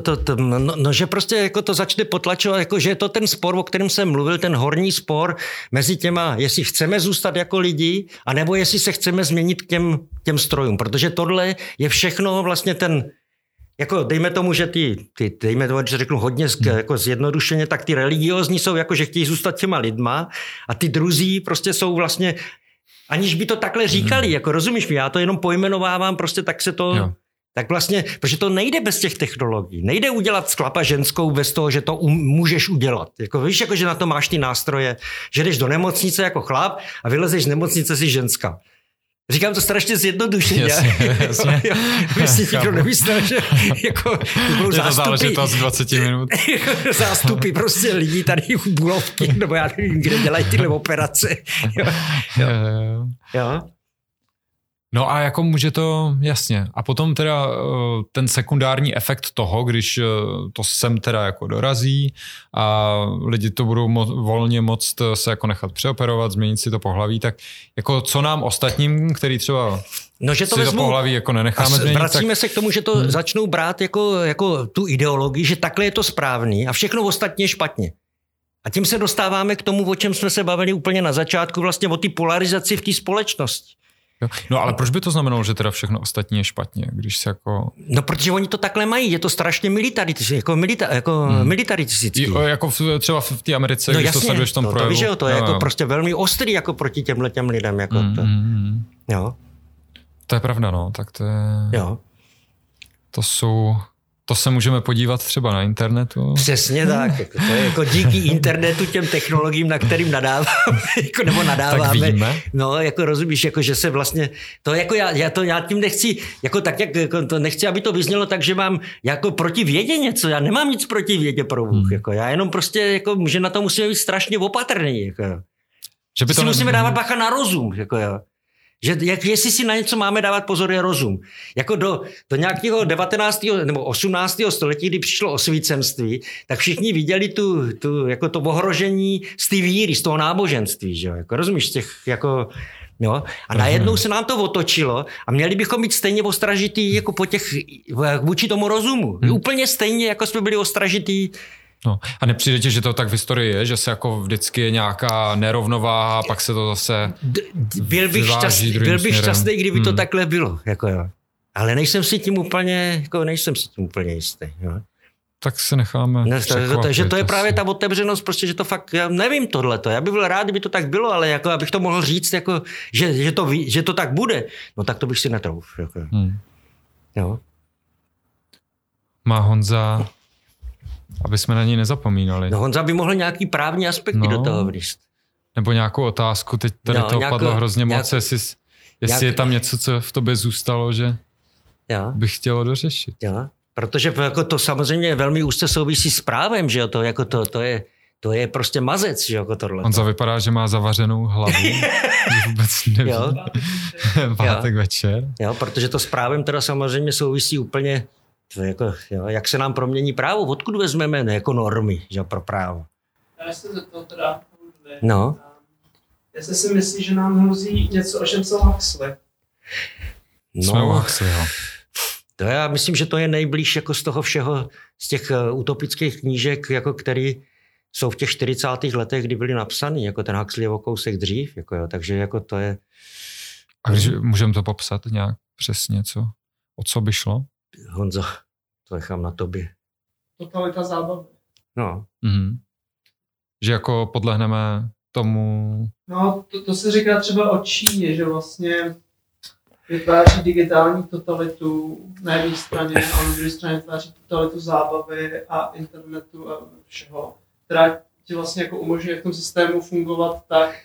že prostě jako to začne potlačovat, jako že je to ten spor, o kterém jsem mluvil, ten horní spor mezi těma, jestli chceme zůstat jako lidi, anebo jestli se chceme změnit k těm strojům, protože tohle je všechno vlastně ten, jako dejme tomu, že dejme tomu, že řeknu hodně jako zjednodušeně, tak ty religiózní jsou jako, že chtějí zůstat těma lidma a ty druzí prostě jsou vlastně aniž by to takhle říkali, jako rozumíš mi, já to jenom pojmenovávám, prostě tak se to... Jo. Tak vlastně, protože to nejde bez těch technologií. Nejde udělat z chlapa ženskou bez toho, že to můžeš udělat. Jako, víš, jako, že na to máš ty nástroje, že jdeš do nemocnice jako chlap a vylezeš z nemocnice si ženská. Říkám to strašně zjednodušeně. Jasně. Aby si nikdo nemyslel, že jako budou zástupy. Je to záležitost 20 minut. Zástupy prostě lidí tady v Bulovky, nebo já nevím, kde dělají tyhle operace. Jo. No a jako může to, jasně. A potom teda ten sekundární efekt toho, když to sem teda jako dorazí a lidi to budou volně moct se jako nechat přeoperovat, změnit si to pohlaví, tak jako co nám ostatním, který třeba že to si to pohlaví jako nenecháme změnit. Vracíme se k tomu, že to začnou brát jako tu ideologii, že takhle je to správný a všechno ostatně je špatně. A tím se dostáváme k tomu, o čem jsme se bavili úplně na začátku, vlastně o té polarizaci v té společnosti. No ale proč by to znamenalo, že teda všechno ostatní je špatně, když se jako... No protože oni to takhle mají, je to strašně militaristický. Jako třeba v té Americe, když to sleduješ v tom projevu. To víš, to je jako prostě velmi ostrý jako proti těm lidem. Jako to. Jo. To je pravda, no, tak to je... Jo. To se můžeme podívat třeba na internetu. Přesně tak. Jako to je jako díky internetu těm technologiím, na kterým nadáváme, jako nebo nadáváme. Tak vidíme. No, jako rozumíš, jako že se vlastně, to jako já tím nechci, jako tak, jako to nechci, aby to vyznělo tak, že mám jako proti vědě něco. Já nemám nic proti vědě, pro Bůh. Jako já jenom prostě, jako, že na to musíme být strašně opatrný. Jako. Že by to musíme dávat bacha na rozum. Jako, jo. Že jestli si na něco máme dávat pozor, je rozum. Jako do nějakého 19. nebo 18. století, kdy přišlo osvícenství, tak všichni viděli jako to ohrožení z té víry, z toho náboženství. Že? Jako, rozumíš? Jo? A najednou se nám to otočilo a měli bychom být stejně ostražitý jako vůči tomu rozumu. Úplně stejně, jako jsme byli ostražitý. No, a nepřijde ti, že to tak v historii je, že se jako vždycky je nějaká nerovnováha a pak se to zase Byl bych šťastný, kdyby to takhle bylo. Jako jo. Ale nejsem si tím úplně jistý. Jo. Tak se necháme že to je právě ta otevřenost, prostě, že to fakt, já nevím tohleto. Já bych byl rád, kdyby to tak bylo, ale jako, abych to mohl říct, jako, že to tak bude, no tak to bych si netrouf. Jako. Jo. Má Honza... Aby jsme na něj nezapomínali. No Honza by mohl nějaký právní aspekty do toho vníst. Nebo nějakou otázku, teď tady to padlo hrozně moc, jestli je tam něco, co v tobě zůstalo, že bych chtělo dořešit. Jo. Protože jako to samozřejmě velmi úzce souvisí s právem, že jo, to je prostě mazec, že jako tohle. Honza vypadá, že má zavařenou hlavu, že vůbec neví. Pátek večer. Jo, protože to s právem teda samozřejmě souvisí úplně. Jako, jak se nám promění právo? Odkud vezmeme jako normy, že, pro právo? Já se to teda... No. Jestli si myslí, že nám hrozí něco, o čem psal Huxley. Jsme u Huxleyho. To já myslím, že to je nejblíž jako z toho všeho, z těch utopických knížek, jako který jsou v těch 40. letech, kdy byly napsaný, jako ten Huxley je o kousek dřív, jako jo, takže jako to je... A když můžeme to popsat nějak přesně, o co by šlo? Honzo, to nechám na tobě. Totalita zábavy. No. Mm-hmm. Že jako podlehneme tomu... No, to se říká třeba o Číně, že vlastně vytváří digitální totalitu na jedné straně a na druhé straně vytváří totalitu zábavy a internetu a všeho, která ti vlastně jako umožňuje v tom systému fungovat tak,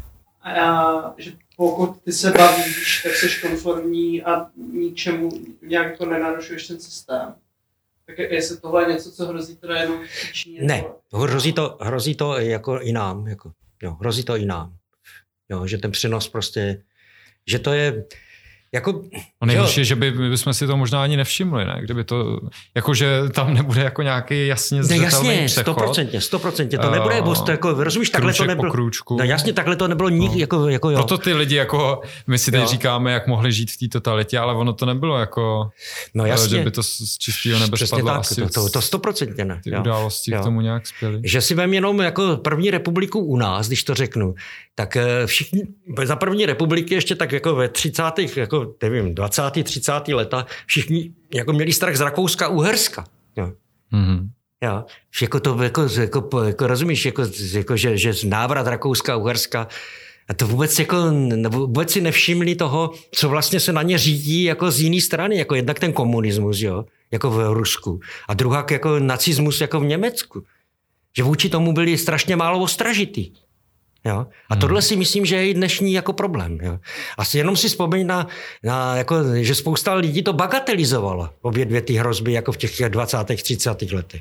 že pokud ty se bavíš, tak jsi konformní a ničemu nějak to nenarušuješ ten systém. Tak jestli tohle je něco, co hrozí teda jenom v Číně? Ne, hrozí to jako i nám. Hrozí to i nám. Jo, že ten přenos prostě, že to je... Jako, nejhorší je, že bychom si to možná ani nevšimli, ne? Kdyby to, jakože tam nebude jako nějaký jasně zřetelný přechod. 100%, to nebude, jako, rozumíš, takhle to nebylo. No jasně, takhle to nebylo nikdy, jako jo. Proto ty lidi, jako, my si teď říkáme, jak mohli žít v té totalitě, ale ono to nebylo jako, no jasně. že by to z čistého nebe spadlo asi. To 100% ne. Ty události k tomu nějak spěly. Že si vem jenom jako první republiku u nás, když to řeknu, tak všichni, za první republiky ještě tak jako ve 30. jako nevím, 20. 30. leta všichni jako měli strach z Rakouska a Uherska. Jo. Mm-hmm. Jo. Jako to, jako rozumíš, jako, že návrat Rakouska a Uherska a to vůbec si nevšimli toho, co vlastně se na ně řídí jako z jiné strany, jako jednak ten komunismus, jo, jako v Rusku a druhá jako nacismus jako v Německu. Že vůči tomu byli strašně málo ostražitý. Jo? A tohle si myslím, že je i dnešní jako problém. Jo? Asi jenom si vzpomeň na jako, že spousta lidí to bagatelizovalo, obě dvě ty hrozby jako v těch 20. 30. letech.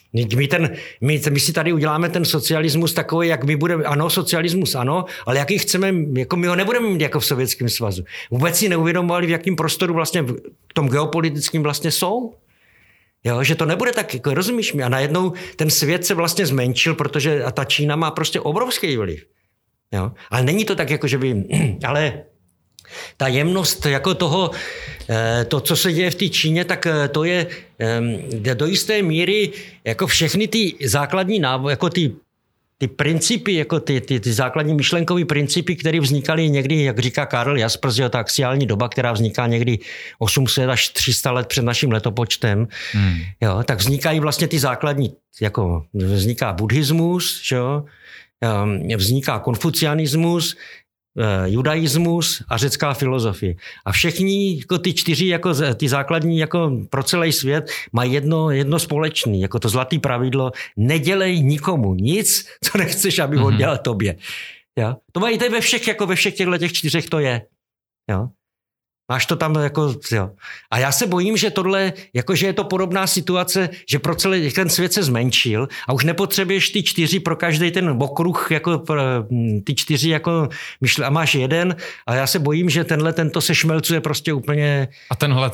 My si tady uděláme ten socialismus takový, jak my budeme, ano, socialismus ano, ale jaký chceme, jako my ho nebudeme mít jako v Sovětském svazu. Vůbec si neuvědomovali, v jakém prostoru vlastně v tom geopolitickém vlastně jsou. Jo, že to nebude tak, jako rozumíš mi? A najednou ten svět se vlastně zmenšil, protože ta Čína má prostě obrovský vliv. Jo? Ale není to tak, jako že by... Ale ta jemnost jako toho, to, co se děje v té Číně, tak to je do jisté míry jako všechny ty základní jako ty principy, jako ty základní myšlenkové principy, které vznikaly někdy, jak říká Karl Jaspers, že ta axiální doba, která vzniká někdy 800 až 300 let před naším letopočtem, jo, tak vznikají vlastně ty základní, jako vzniká buddhismus, jo, vzniká konfucianismus, judaismus a řecká filozofie. A všichni jako ty 4 jako ty základní jako pro celý svět mají jedno společný, jako to zlatý pravidlo, nedělej nikomu nic, co nechceš, aby on dělal tobě. Jo? To mají tady ve všech těch 4 to je. Jo? Máš to tam jako, jo. A já se bojím, že tohle, jakože je to podobná situace, že pro celý ten svět se zmenšil a už nepotřebuješ ty 4 pro každý ten okruh, jako ty 4 jako a máš jeden a já se bojím, že tento se šmelcuje prostě úplně. A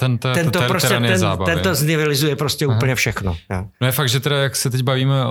tento znivelizuje prostě úplně všechno. Ja. No je fakt, že teda jak se teď bavíme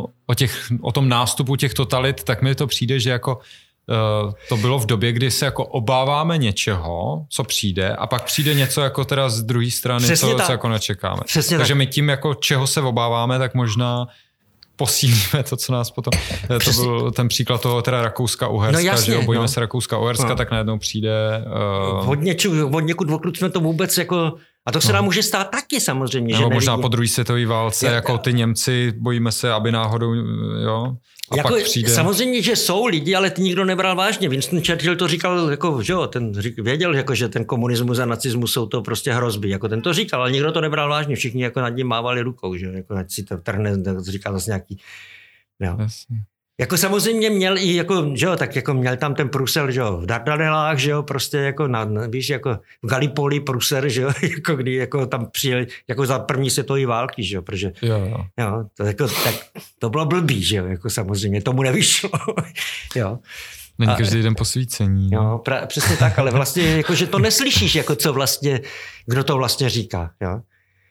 o tom nástupu těch totalit, tak mi to přijde, že jako to bylo v době, kdy se jako obáváme něčeho, co přijde a pak přijde něco jako teda z druhé strany, co jako nečekáme. Přesně takže tak. my tím, jako čeho se obáváme, tak možná posílíme to, co nás potom... To byl ten příklad toho teda Rakouska-Uherska, jasně, že bojíme se Rakouska-Uherska, tak najednou přijde... Od někud okud jsme to vůbec jako... A to se nám může stát taky samozřejmě. Nebo že možná po druhé světové válce, jako ty Němci, bojíme se, aby náhodou, jo... A jako, pak přijde... Samozřejmě, že jsou lidi, ale ty nikdo nebral vážně. Winston Churchill to říkal, jako, že jo, věděl, jako, že ten komunismus a nacismus jsou to prostě hrozby. Jako, ten to říkal, ale nikdo to nebral vážně. Všichni jako nad ním mávali rukou, že jako, ať si to trhne, říkal zase nějaký... Jo. Jako samozřejmě měl i, jako, že jo, tak jako měl tam ten průser, že jo, v Dardanelách, že jo, prostě jako, víš, jako v Gallipoli průser, že jo, jako kdy jako tam přijeli, jako za první světové války, že jo, protože, jo, to jako, tak to bylo blbý, že jo, jako samozřejmě, tomu nevyšlo, jo. Není každý den posvícení. Jo, přesně tak, ale vlastně, jako, že to neslyšíš, jako co vlastně, kdo to vlastně říká, jo.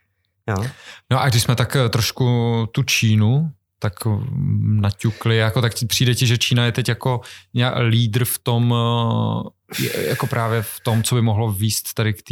No a když jsme tak trošku tu Čínu tak naťukli, jako tak přijde ti, že Čína je teď jako lídr v tom, jako právě v tom, co by mohlo vést tady k té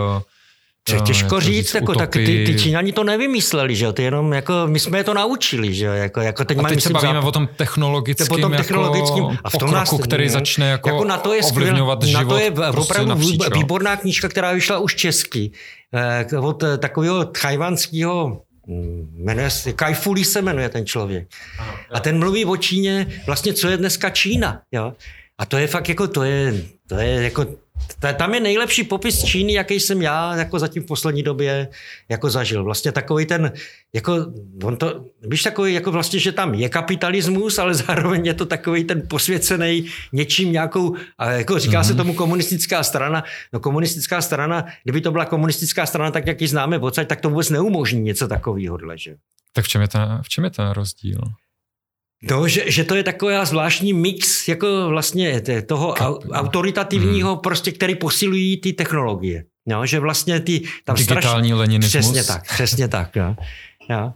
těžko říct, jako, tak ty Číňani to nevymysleli, že jo, ty jenom, jako, my jsme je to naučili, že jo, jako teď a teď se bavíme o tom technologickém a v tom pokroku, který začne jako na to je ovlivňovat život. Na to je prostě opravdu napříč, výborná knížka, která vyšla už česky, od takového tchajvanského, jmenuje se, Kai-Fu Lee se jmenuje ten člověk. A ten mluví o Číně, vlastně co je dneska Čína, jo. A to je fakt jako, to je jako, tam je nejlepší popis Číny, jaký jsem já jako zatím v poslední době jako zažil. Vlastně takový ten, jako, on to, víš, takový, jako vlastně, že tam je kapitalismus, ale zároveň je to takový ten posvěcený něčím nějakou, a jako říká se tomu komunistická strana. No komunistická strana, kdyby to byla komunistická strana, tak jak ji známe odsaď, tak to vůbec neumožní něco takového, že? Tak v čem je ten rozdíl? No, že to je takový zvláštní mix jako vlastně toho autoritativního, prostě, který posilují ty technologie. No, že vlastně tam digitální leninismus. Přesně tak. Jo. Jo.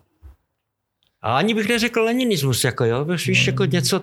A ani bych neřekl leninismus, jako jo, víš, jako něco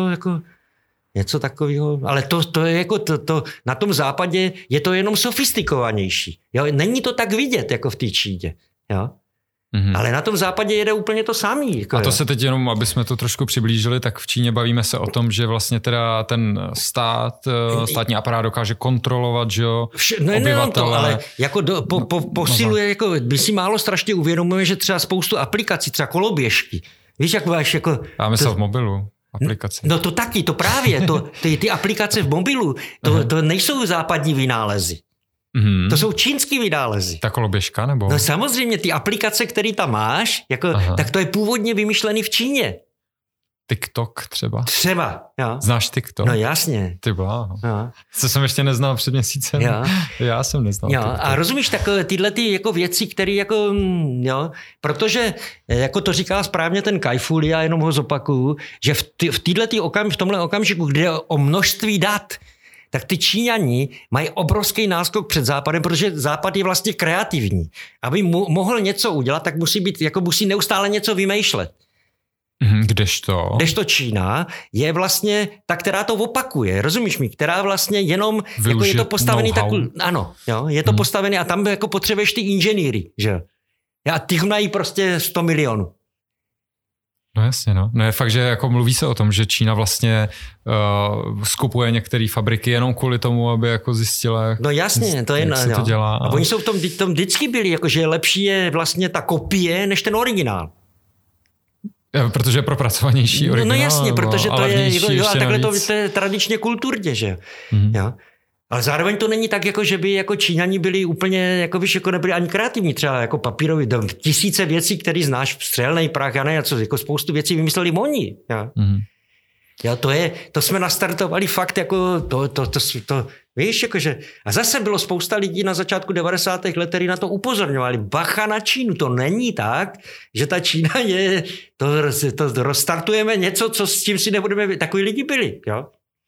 takového, ale to je jako to na tom západě je to jenom sofistikovanější. Jo, není to tak vidět, jako v té Číně, jo. Ale na tom západě jede úplně to samý. Jako, a to se teď jenom, aby jsme to trošku přiblížili, tak v Číně bavíme se o tom, že vlastně teda ten státní aparát dokáže kontrolovat, že jo, obyvatele. To, ale jako posiluje, jako my si málo strašně uvědomujeme, že třeba spoustu aplikací, třeba koloběžky, víš, jak máš jako... Já myslím v mobilu. Aplikace. No to taky, to právě, ty aplikace v mobilu, to nejsou západní vynálezy. To jsou čínský vynálezy. Ta koloběžka, nebo? No samozřejmě, ty aplikace, které tam máš, jako, tak to je původně vymyšlený v Číně. TikTok třeba? Třeba, jo. Znáš TikTok? No jasně. Ty bláho. Jo. Co jsem ještě neznal před měsícem? Jo. Já jsem neznal TikTok. A rozumíš takové tyhle jako věci, které jako, jo, protože, jako to říká správně ten Kajful, já jenom ho zopakuju, že v tomhle okamžiku, kde je o množství dat, tak ty Číňani mají obrovský náskok před Západem, protože Západ je vlastně kreativní. Aby mohl něco udělat, tak musí neustále něco vymýšlet. Kdežto Čína je vlastně ta, která to opakuje, rozumíš mi? Která vlastně jenom, jako je to postavený tak, ano, jo, je to postavený a tam jako potřebuješ ty inženýry, že? A ty mají prostě 100 milionů. No jasně, no. No je fakt, že jako mluví se o tom, že Čína vlastně skupuje některé fabriky jenom kvůli tomu, aby jako zjistila, jak, no jasně, to je, jak se to dělá. A oni jsou v tom vždycky byli, jako, že lepší je vlastně ta kopie, než ten originál. Protože je propracovanější originál. No jasně, protože to je, a takhle to je tradičně kulturně, že jo. Ale zároveň to není tak, jako že by jako Číňani byli úplně, jako víš, jako nebyli ani kreativní, třeba jako papíroví, tisíce věcí, které znáš, střelnej prach, já ne, co, jako spoustu věcí vymysleli oni. Jo. Jo, to jsme nastartovali fakt jako to víš, jakože, a zase bylo spousta lidí na začátku 90. let, kteří na to upozorňovali. Bacha na Čínu, to není tak, že ta Čína je, to rozstartujeme něco, co s tím si nebudeme, takový lidi byli, jo.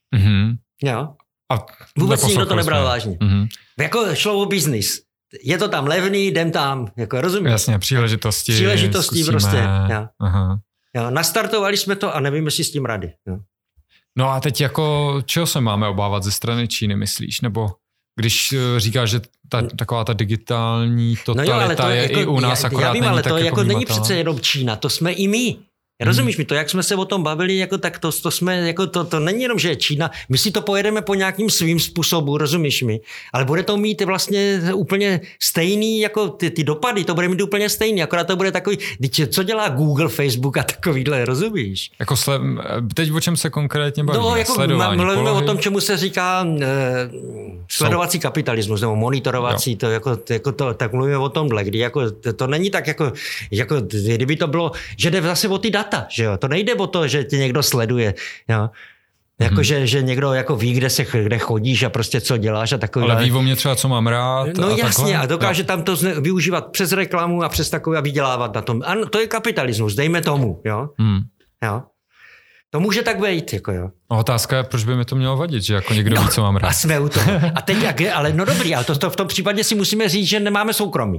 Jo. A vůbec nikdo to nebral vážně. Jako šlo o biznis. Je to tam levný, jdem tam, jako rozumíš? Jasně, příležitosti zkusíme. Prostě, jo. Jo, nastartovali jsme to a nevím, jestli s tím rady. Jo. No a teď jako, čeho se máme obávat ze strany Číny, myslíš? Nebo když říkáš, že taková ta digitální totalita je jako, i u nás, akorát vím, není ale tak to jako není přece jenom Čína, to jsme i my. Rozumíš mi to, jak jsme se o tom bavili, jako tak to jsme, jako to není jenom, že je Čína, my si to pojedeme po nějakým svým způsobu, rozumíš mi, ale bude to mít vlastně úplně stejný, jako ty dopady, to bude mít úplně stejný, akorát to bude takový, co dělá Google, Facebook a takovýhle, rozumíš? Jako teď o čem se konkrétně bavíme? No, jako mluvíme o tom, čemu se říká sledovací kapitalismus, nebo monitorovací, to, tak mluvíme o tomhle, kdy jako, to není tak, jako kdyby to bylo, že jde zase o ty data, že jo? To nejde o to, že tě někdo sleduje, jo? Jako, že někdo jako ví, kde chodíš a prostě co děláš a takový. Ale ví o mě třeba, co mám rád. No a jasně, takhle? A dokáže tam to využívat přes reklamu a přes takové a vydělávat na tom. Ano, to je kapitalismus, dejme tomu, jo? Jo? To může tak být, jako jo. A otázka je, proč by mi to mělo vadit, že jako někdo ví, co mám rád. A jsme u toho. A teď, ale no dobrý, ale to v tom případě si musíme říct, že nemáme soukromí.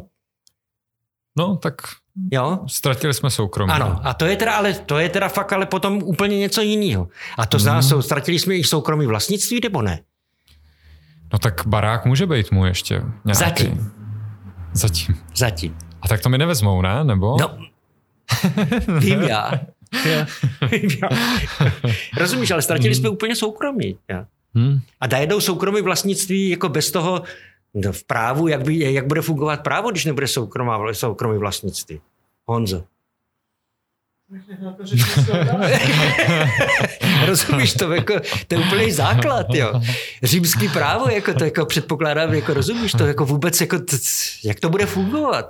No, tak jo? Ztratili jsme soukromí. Ano, a to je teda fakt ale potom úplně něco jiného. A to ztratili jsme i soukromí vlastnictví, nebo No tak barák může být můj ještě. Nějaký. Zatím. A tak to mi nevezmou, ne? Nebo? No, vím já. Rozumíš, ale ztratili jsme úplně soukromí. A najednou soukromí vlastnictví jako bez toho v právu, jak bude fungovat právo, když nebude soukromí vlastnictví. Honzo. Rozumíš to? Jako, to je úplný základ. Jo. Římský právo jako to jako předpokládám, jako rozumíš to jako vůbec, jako jak to bude fungovat.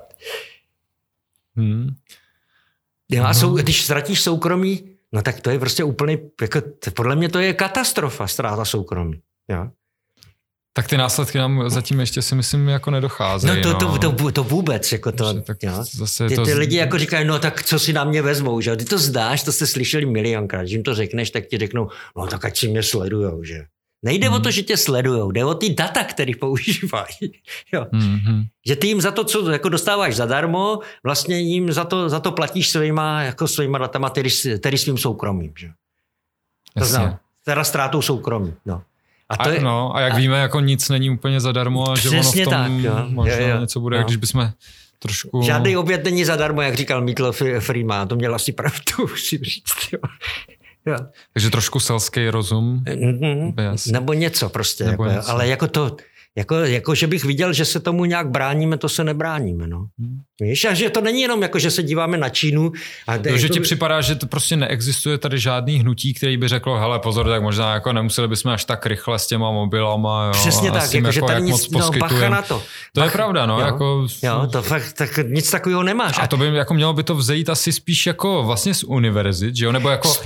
Jo, a když ztratíš soukromí, no tak to je prostě úplně, jako, podle mě to je katastrofa, ztráta soukromí. Jo. Tak ty následky nám zatím ještě si myslím jako nedocházejí. No to vůbec. Jako to, ty lidi jako říkají, no tak co si na mě vezmou, že? Ty to znáš, to jste slyšeli milionkrát. Když jim to řekneš, tak ti řeknou, no tak ať si mě sledujou, že? Nejde o to, že tě sledujou, jde o ty data, které používají. Jo. Že ty jim za to, co jako dostáváš zadarmo, vlastně jim za to platíš svýma datama, tedy svým soukromím. Že? To znamená, teda ztrátou soukromí. No. A jak víme, jako nic není úplně zadarmo a že ono v tom tak, možná něco bude, když bychom trošku... Žádný oběd není zadarmo, jak říkal Mítl Friedman, to měl asi pravdu, musím říct. Jo. Takže trošku selský rozum. Nebo něco prostě. Ale jako to... Jako, že bych viděl, že se tomu nějak bráníme, to se nebráníme. No. Víš, a že to není jenom jako, že se díváme na Čínu. Že ti připadá, že to prostě neexistuje tady žádný hnutí, který by řeklo, hele pozor, tak možná jako nemuseli bychom až tak rychle s těma mobilama. Jo, přesně tak, jako, že tady nic, bacha na to. To je pravda, no. Jo, to fakt, tak nic takového nemáš. A to by, jako mělo by to vzejít asi spíš jako vlastně z univerzit, že jo, nebo jako...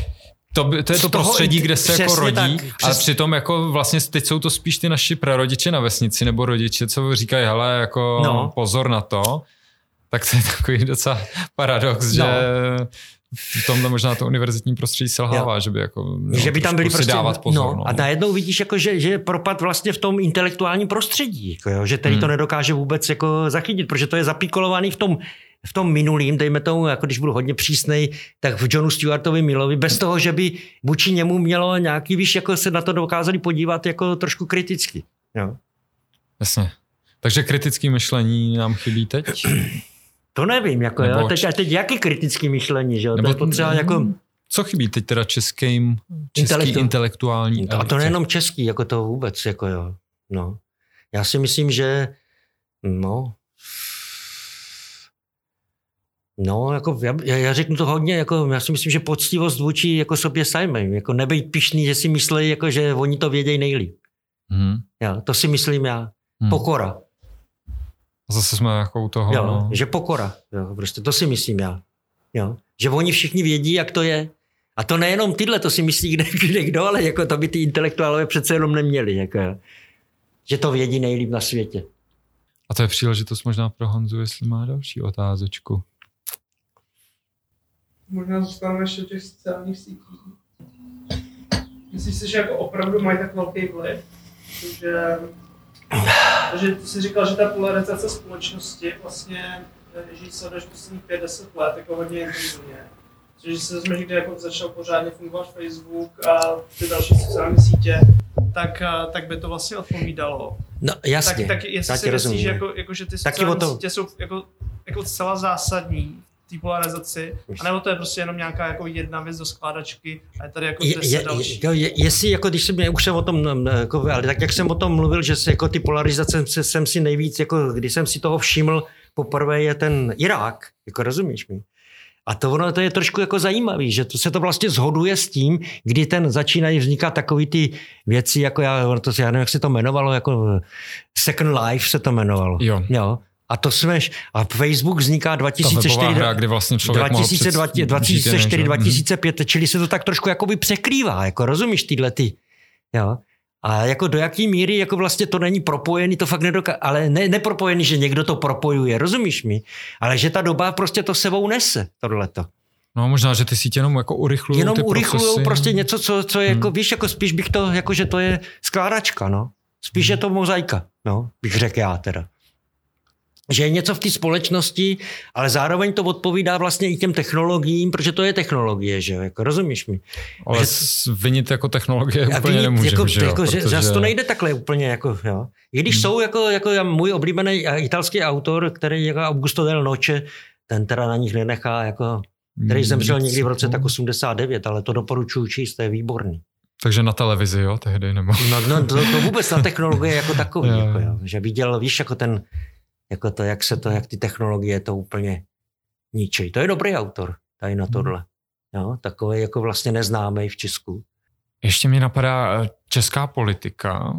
To je to prostředí, kde se jako rodí, ale přitom jako vlastně teď jsou to spíš ty naši prarodiče na vesnici nebo rodiče, co říkají, hele, jako pozor na to, tak to je takový docela paradox, že v tomhle možná to univerzitní prostředí selhává, že by jako že by tam byli prostě dávat pozor. A najednou vidíš, jako, že je propad vlastně v tom intelektuálním prostředí, jako, že tady to nedokáže vůbec jako zachytit, protože to je zapíkolovaný v tom minulým, dejme tomu, jako když budu hodně přísnej, tak v Johnu Stuartovi Millovi, bez toho, že by vůči němu mělo nějaký, víš, jako se na to dokázali podívat jako trošku kriticky. Jo. Jasně. Takže kritické myšlení nám chybí teď? To nevím, jako teď jaký kritický myšlení, že jo? Nebo to je potřeba jako... Co chybí teď teda český intelektuální? A to nejenom český, jako to vůbec, jako jo. No. Já si myslím, že jako já řeknu to hodně, jako já si myslím, že poctivost vůči jako sobě samým, jako nebejt pyšný, že si myslí, jako že oni to vědějí nejlíp. Já, to si myslím já. Pokora. A zase jsme jako u toho. Jo, že pokora. Jo, prostě to si myslím já. Jo, že oni všichni vědí, jak to je. A to nejenom tyhle, to si myslí kdo, ale jako to by ty intelektuálové přece jenom neměli. Jako, že to vědí nejlíp na světě. A to je příležitost možná pro Honzu, jestli má další otázečku. Možná zůstaneme ještě těch sociálních sítí. Myslíš si, že jako opravdu mají tak velký vliv? Protože ty jsi říkal, že ta polarizace společnosti vlastně, že sleduješ posledních 5-10 let jako hodně intenzivně. Protože se vezme, kdy jako začal pořádně fungovat Facebook a ty další sociální sítě, tak by to vlastně odpovídalo. No jasně, tak jestli si myslíš, že ty sociální sítě jsou jako zcela zásadní v té polarizaci, anebo to je prostě jenom nějaká jako jedna věc do skládačky a je tady jako 10 další. Jestli jako když už jsem o tom, jako, ale tak jak jsem o tom mluvil, že se jako ty polarizace jsem si nejvíc, jako když jsem si toho všiml poprvé je ten Irák, jako rozumíš mi? A to je trošku jako zajímavý, že se to vlastně shoduje s tím, kdy začínají vznikat takový ty věci, jako já nevím, jak se to jmenovalo, jako Second Life se to jmenovalo. Jo. A to a Facebook vzniká 2004, hra, kdy vlastně 2004, 2005, čili se to tak trošku jakoby překrývá, jako rozumíš tyhle ty, jo. A jako do jaký míry jako vlastně to není propojený, to fakt ale nepropojený, že někdo to propojuje, rozumíš mi? Ale že ta doba prostě to sebou nese, tohleto. No možná, že ty sítě jenom jako urychlujou ty procesy. Jenom urychlujou prostě něco, co je jako, víš, jako spíš bych to, jako že to je skládačka, no. Spíš je to mozaika, no, bych řekl já teda. Že je něco v té společnosti, ale zároveň to odpovídá vlastně i těm technologiím, protože to je technologie, že jo, jako rozumíš mi. Ale vinit jako technologie úplně nemůžeme, že jo. Zase to nejde takhle úplně, jako jo. I když jsou jako můj oblíbený italský autor, který jako Augusto Del Noce, ten teda na nich nenechá, jako, který zemřel někdy v roce tak 89, ale to doporučuji číst, to je výborný. Takže na televizi, jo, tehdy nebo? No to vůbec na technologie jako takový, jako, jo. Že viděl, víš, jako ten jako to, jak ty technologie to úplně ničí. To je dobrý autor, tady na tohle. Jo, takový jako vlastně neznámý v Česku. Ještě mi napadá česká politika.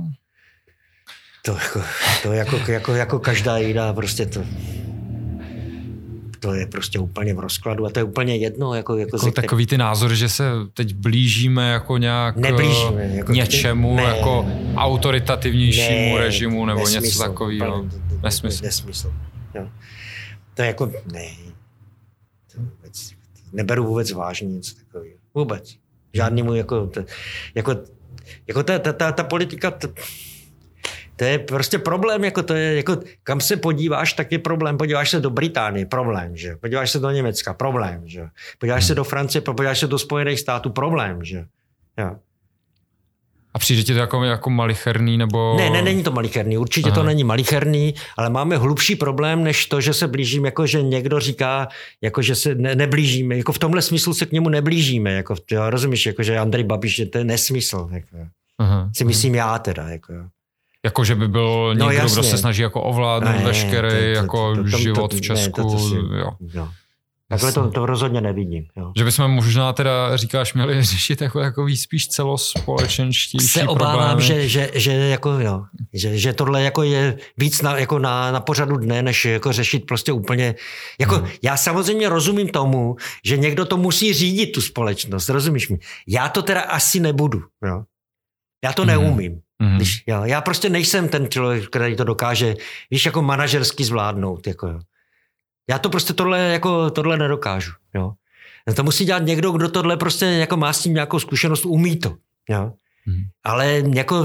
To jako každá jiná, prostě to je prostě úplně v rozkladu a to je úplně jedno. Jako takový ty názory, že se teď blížíme jako nějak něčemu, jako autoritativnějšímu režimu nebo něco takového. Nesmysl. Jo. To je jako, neberu vůbec vážně něco takového. Vůbec. Žádnému ta politika, to je prostě problém, jako to je, jako kam se podíváš, tak je problém. Podíváš se do Británie, problém, že? Podíváš se do Německa, problém, že? Podíváš se do Francie, podíváš se do Spojených států, problém, že? Jo. A přijde ti to jako malicherný, nebo... Ne, není to malicherný, určitě to není malicherný, ale máme hlubší problém, než to, že se blížíme, jako že někdo říká, jako že se neblížíme, jako v tomhle smyslu se k němu neblížíme, jako, jo, rozumíš, jako že Andrej Babiš, že to je nesmysl, jako, si myslím já teda, jako. Jako, že by byl někdo, kdo se snaží jako ovládnout veškerý jako život v Česku, jo. Takhle to rozhodně nevidím. Jo. Že bychom možná teda, říkáš, měli řešit jako takový spíš celospolečenštější problémy. Se obávám, že tohle jako je víc na pořadu dne, než jako řešit prostě úplně. Jako, já samozřejmě rozumím tomu, že někdo to musí řídit tu společnost, rozumíš mi? Já to teda asi nebudu. Jo. Já to neumím. Já prostě nejsem ten člověk, který to dokáže, víš, jako manažersky zvládnout. Jako, jo. Já to prostě tohle nedokážu. Jo. To musí dělat někdo, kdo tohle prostě jako má s tím nějakou zkušenost, umí to. Jo. Ale jako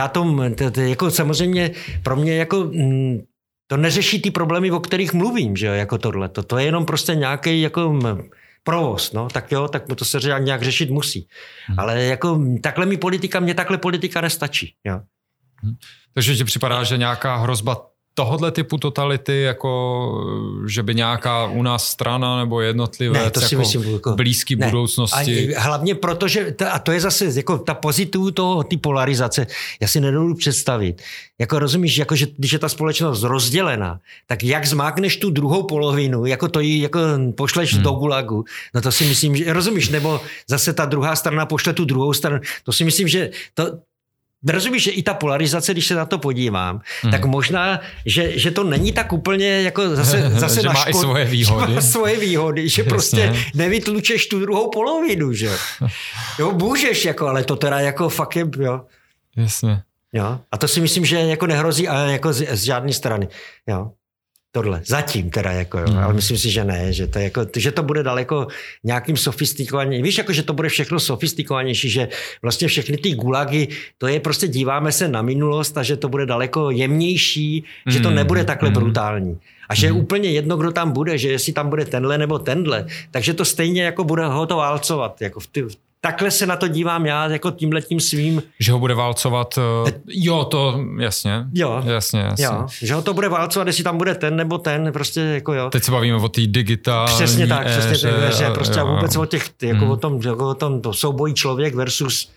jako samozřejmě pro mě jako to neřeší ty problémy, o kterých mluvím, že jo, jako tohle. To je jenom prostě nějaký jako provoz, no, tak jo, tak to se nějak řešit musí. Ale jako mě takhle politika nestačí. Jo. Takže ti připadá, že nějaká hrozba tohodle typu totality, jako že by nějaká u nás strana nebo jednotlivec jako blízký budoucnosti. A hlavně proto, že a to je zase jako ta pozitiv ty polarizace, já si nedovedu představit. Jako rozumíš, jako, že když je ta společnost rozdělená, tak jak zmákneš tu druhou polovinu, jako to ji jako pošleš do gulagu, no to si myslím, že rozumíš, nebo zase ta druhá strana pošle tu druhou stranu, to si myslím, že rozumíš, že i ta polarizace, když se na to podívám, tak možná, že to není tak úplně jako zase že na má i svoje výhody. Má svoje výhody, že prostě nevytlučeš tu druhou polovinu, že jo, můžeš, jako, ale to teda jako fakt je, jo. Jasně. Jo, a to si myslím, že jako nehrozí ale jako z žádné strany, jo. Tohle. Zatím teda, jako, jo. Ale myslím si, že ne, že to bude daleko nějakým sofistikovanější. Víš, jako, že to bude všechno sofistikovanější, že vlastně všechny ty gulagy, to je prostě díváme se na minulost a že to bude daleko jemnější, že to nebude takhle brutální. A že je úplně jedno, kdo tam bude, že jestli tam bude tenhle nebo tenhle, takže to stejně jako bude ho to válcovat, jako takhle se na to dívám já, jako tímhletím svým. Že ho bude válcovat, jo, to jasně. Jo, jasně. Jo, že ho to bude válcovat, jestli tam bude ten nebo ten, prostě jako jo. Teď se bavíme o té digitální přesně tak, éře, prostě vůbec o těch, jako o tom to soubojí člověk versus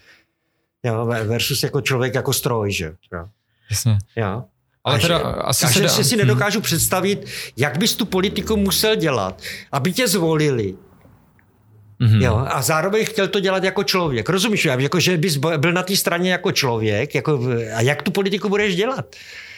jako člověk jako stroj, že jo. Jasně. Jo. Ale teda asi si nedokážu představit, jak bys tu politiku musel dělat, aby tě zvolili. Jo, a zároveň chtěl to dělat jako člověk. Rozumíš? Jako, že bys byl na té straně jako člověk. Jako, a jak tu politiku budeš dělat?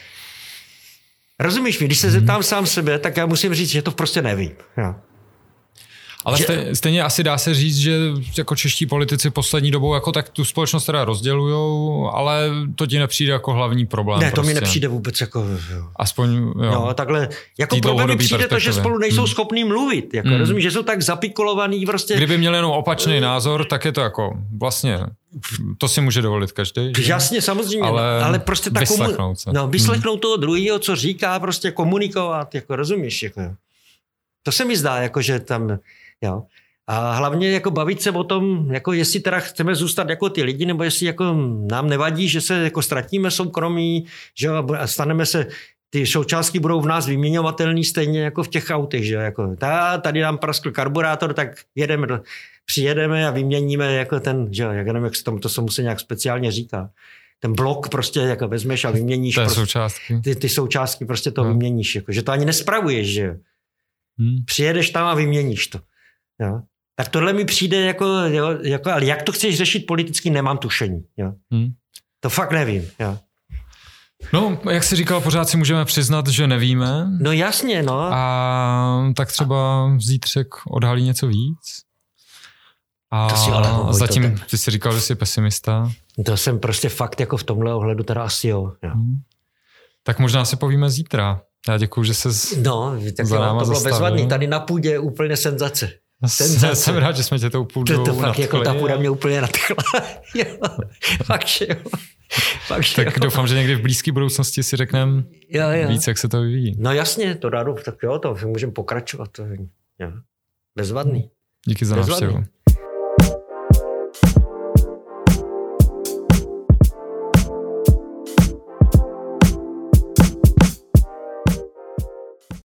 Rozumíš mi? Když se zeptám sám sebe, tak já musím říct, že to prostě nevím. Jo. Ale stejně asi dá se říct, že jako čeští politici poslední dobou jako tak tu společnost teda rozdělujou, ale to ti nepřijde jako hlavní problém. Ne, to mi nepřijde vůbec jako... Jo. Aspoň, jo. No, takhle, jako problém mi přijde to, že spolu nejsou schopní mluvit. Jako, rozumíš, že jsou tak zapikolovaný prostě... Kdyby měl jenom opačný názor, tak je to jako vlastně... To si může dovolit každý. Jasně, samozřejmě, ale prostě vyslechnout toho druhého, co říká, prostě komunikovat, jako rozumíš, jako. To se mi zdá, jako že tam, jo. A hlavně jako bavit se o tom, jako jestli teda chceme zůstat jako ty lidi, nebo jestli jako nám nevadí, že se jako ztratíme soukromí, že a staneme se, ty součástky budou v nás vyměňovatelný stejně jako v těch autech, že jako tady nám praskl karburátor, tak přijedeme a vyměníme jako ten, že jak nevím, jak se to se musí nějak speciálně říká. Ten blok prostě jako vezmeš a vyměníš. Součástky. Ty součástky prostě to vyměníš, jako, že to ani nespravuješ, že přijedeš tam a vyměníš to. Jo. Tak tohle mi přijde jako, ale jak to chceš řešit politicky, nemám tušení. Jo. To fakt nevím. Jo. No, jak jsi říkal, pořád si můžeme přiznat, že nevíme. No jasně, no. A tak třeba zítřek odhalí něco víc. A to si ale zatím ty jsi říkal, že jsi pesimista. To jsem prostě fakt jako v tomhle ohledu teda asi jo. Tak možná si povíme zítra. Já děkuju, že se tak za náma to bylo bezvadný. Tady na půdě je úplně senzace. Jsem rád, že jsme tě tou půdou to fakt jako ta půda mě úplně nadchla. Fakt, že jo. Tak doufám, že někdy v blízké budoucnosti si řekneme víc, jak se to vyvíjí. No jasně, to rádu, tak jo, to můžeme pokračovat. Bezvadný. Díky za návštěvu.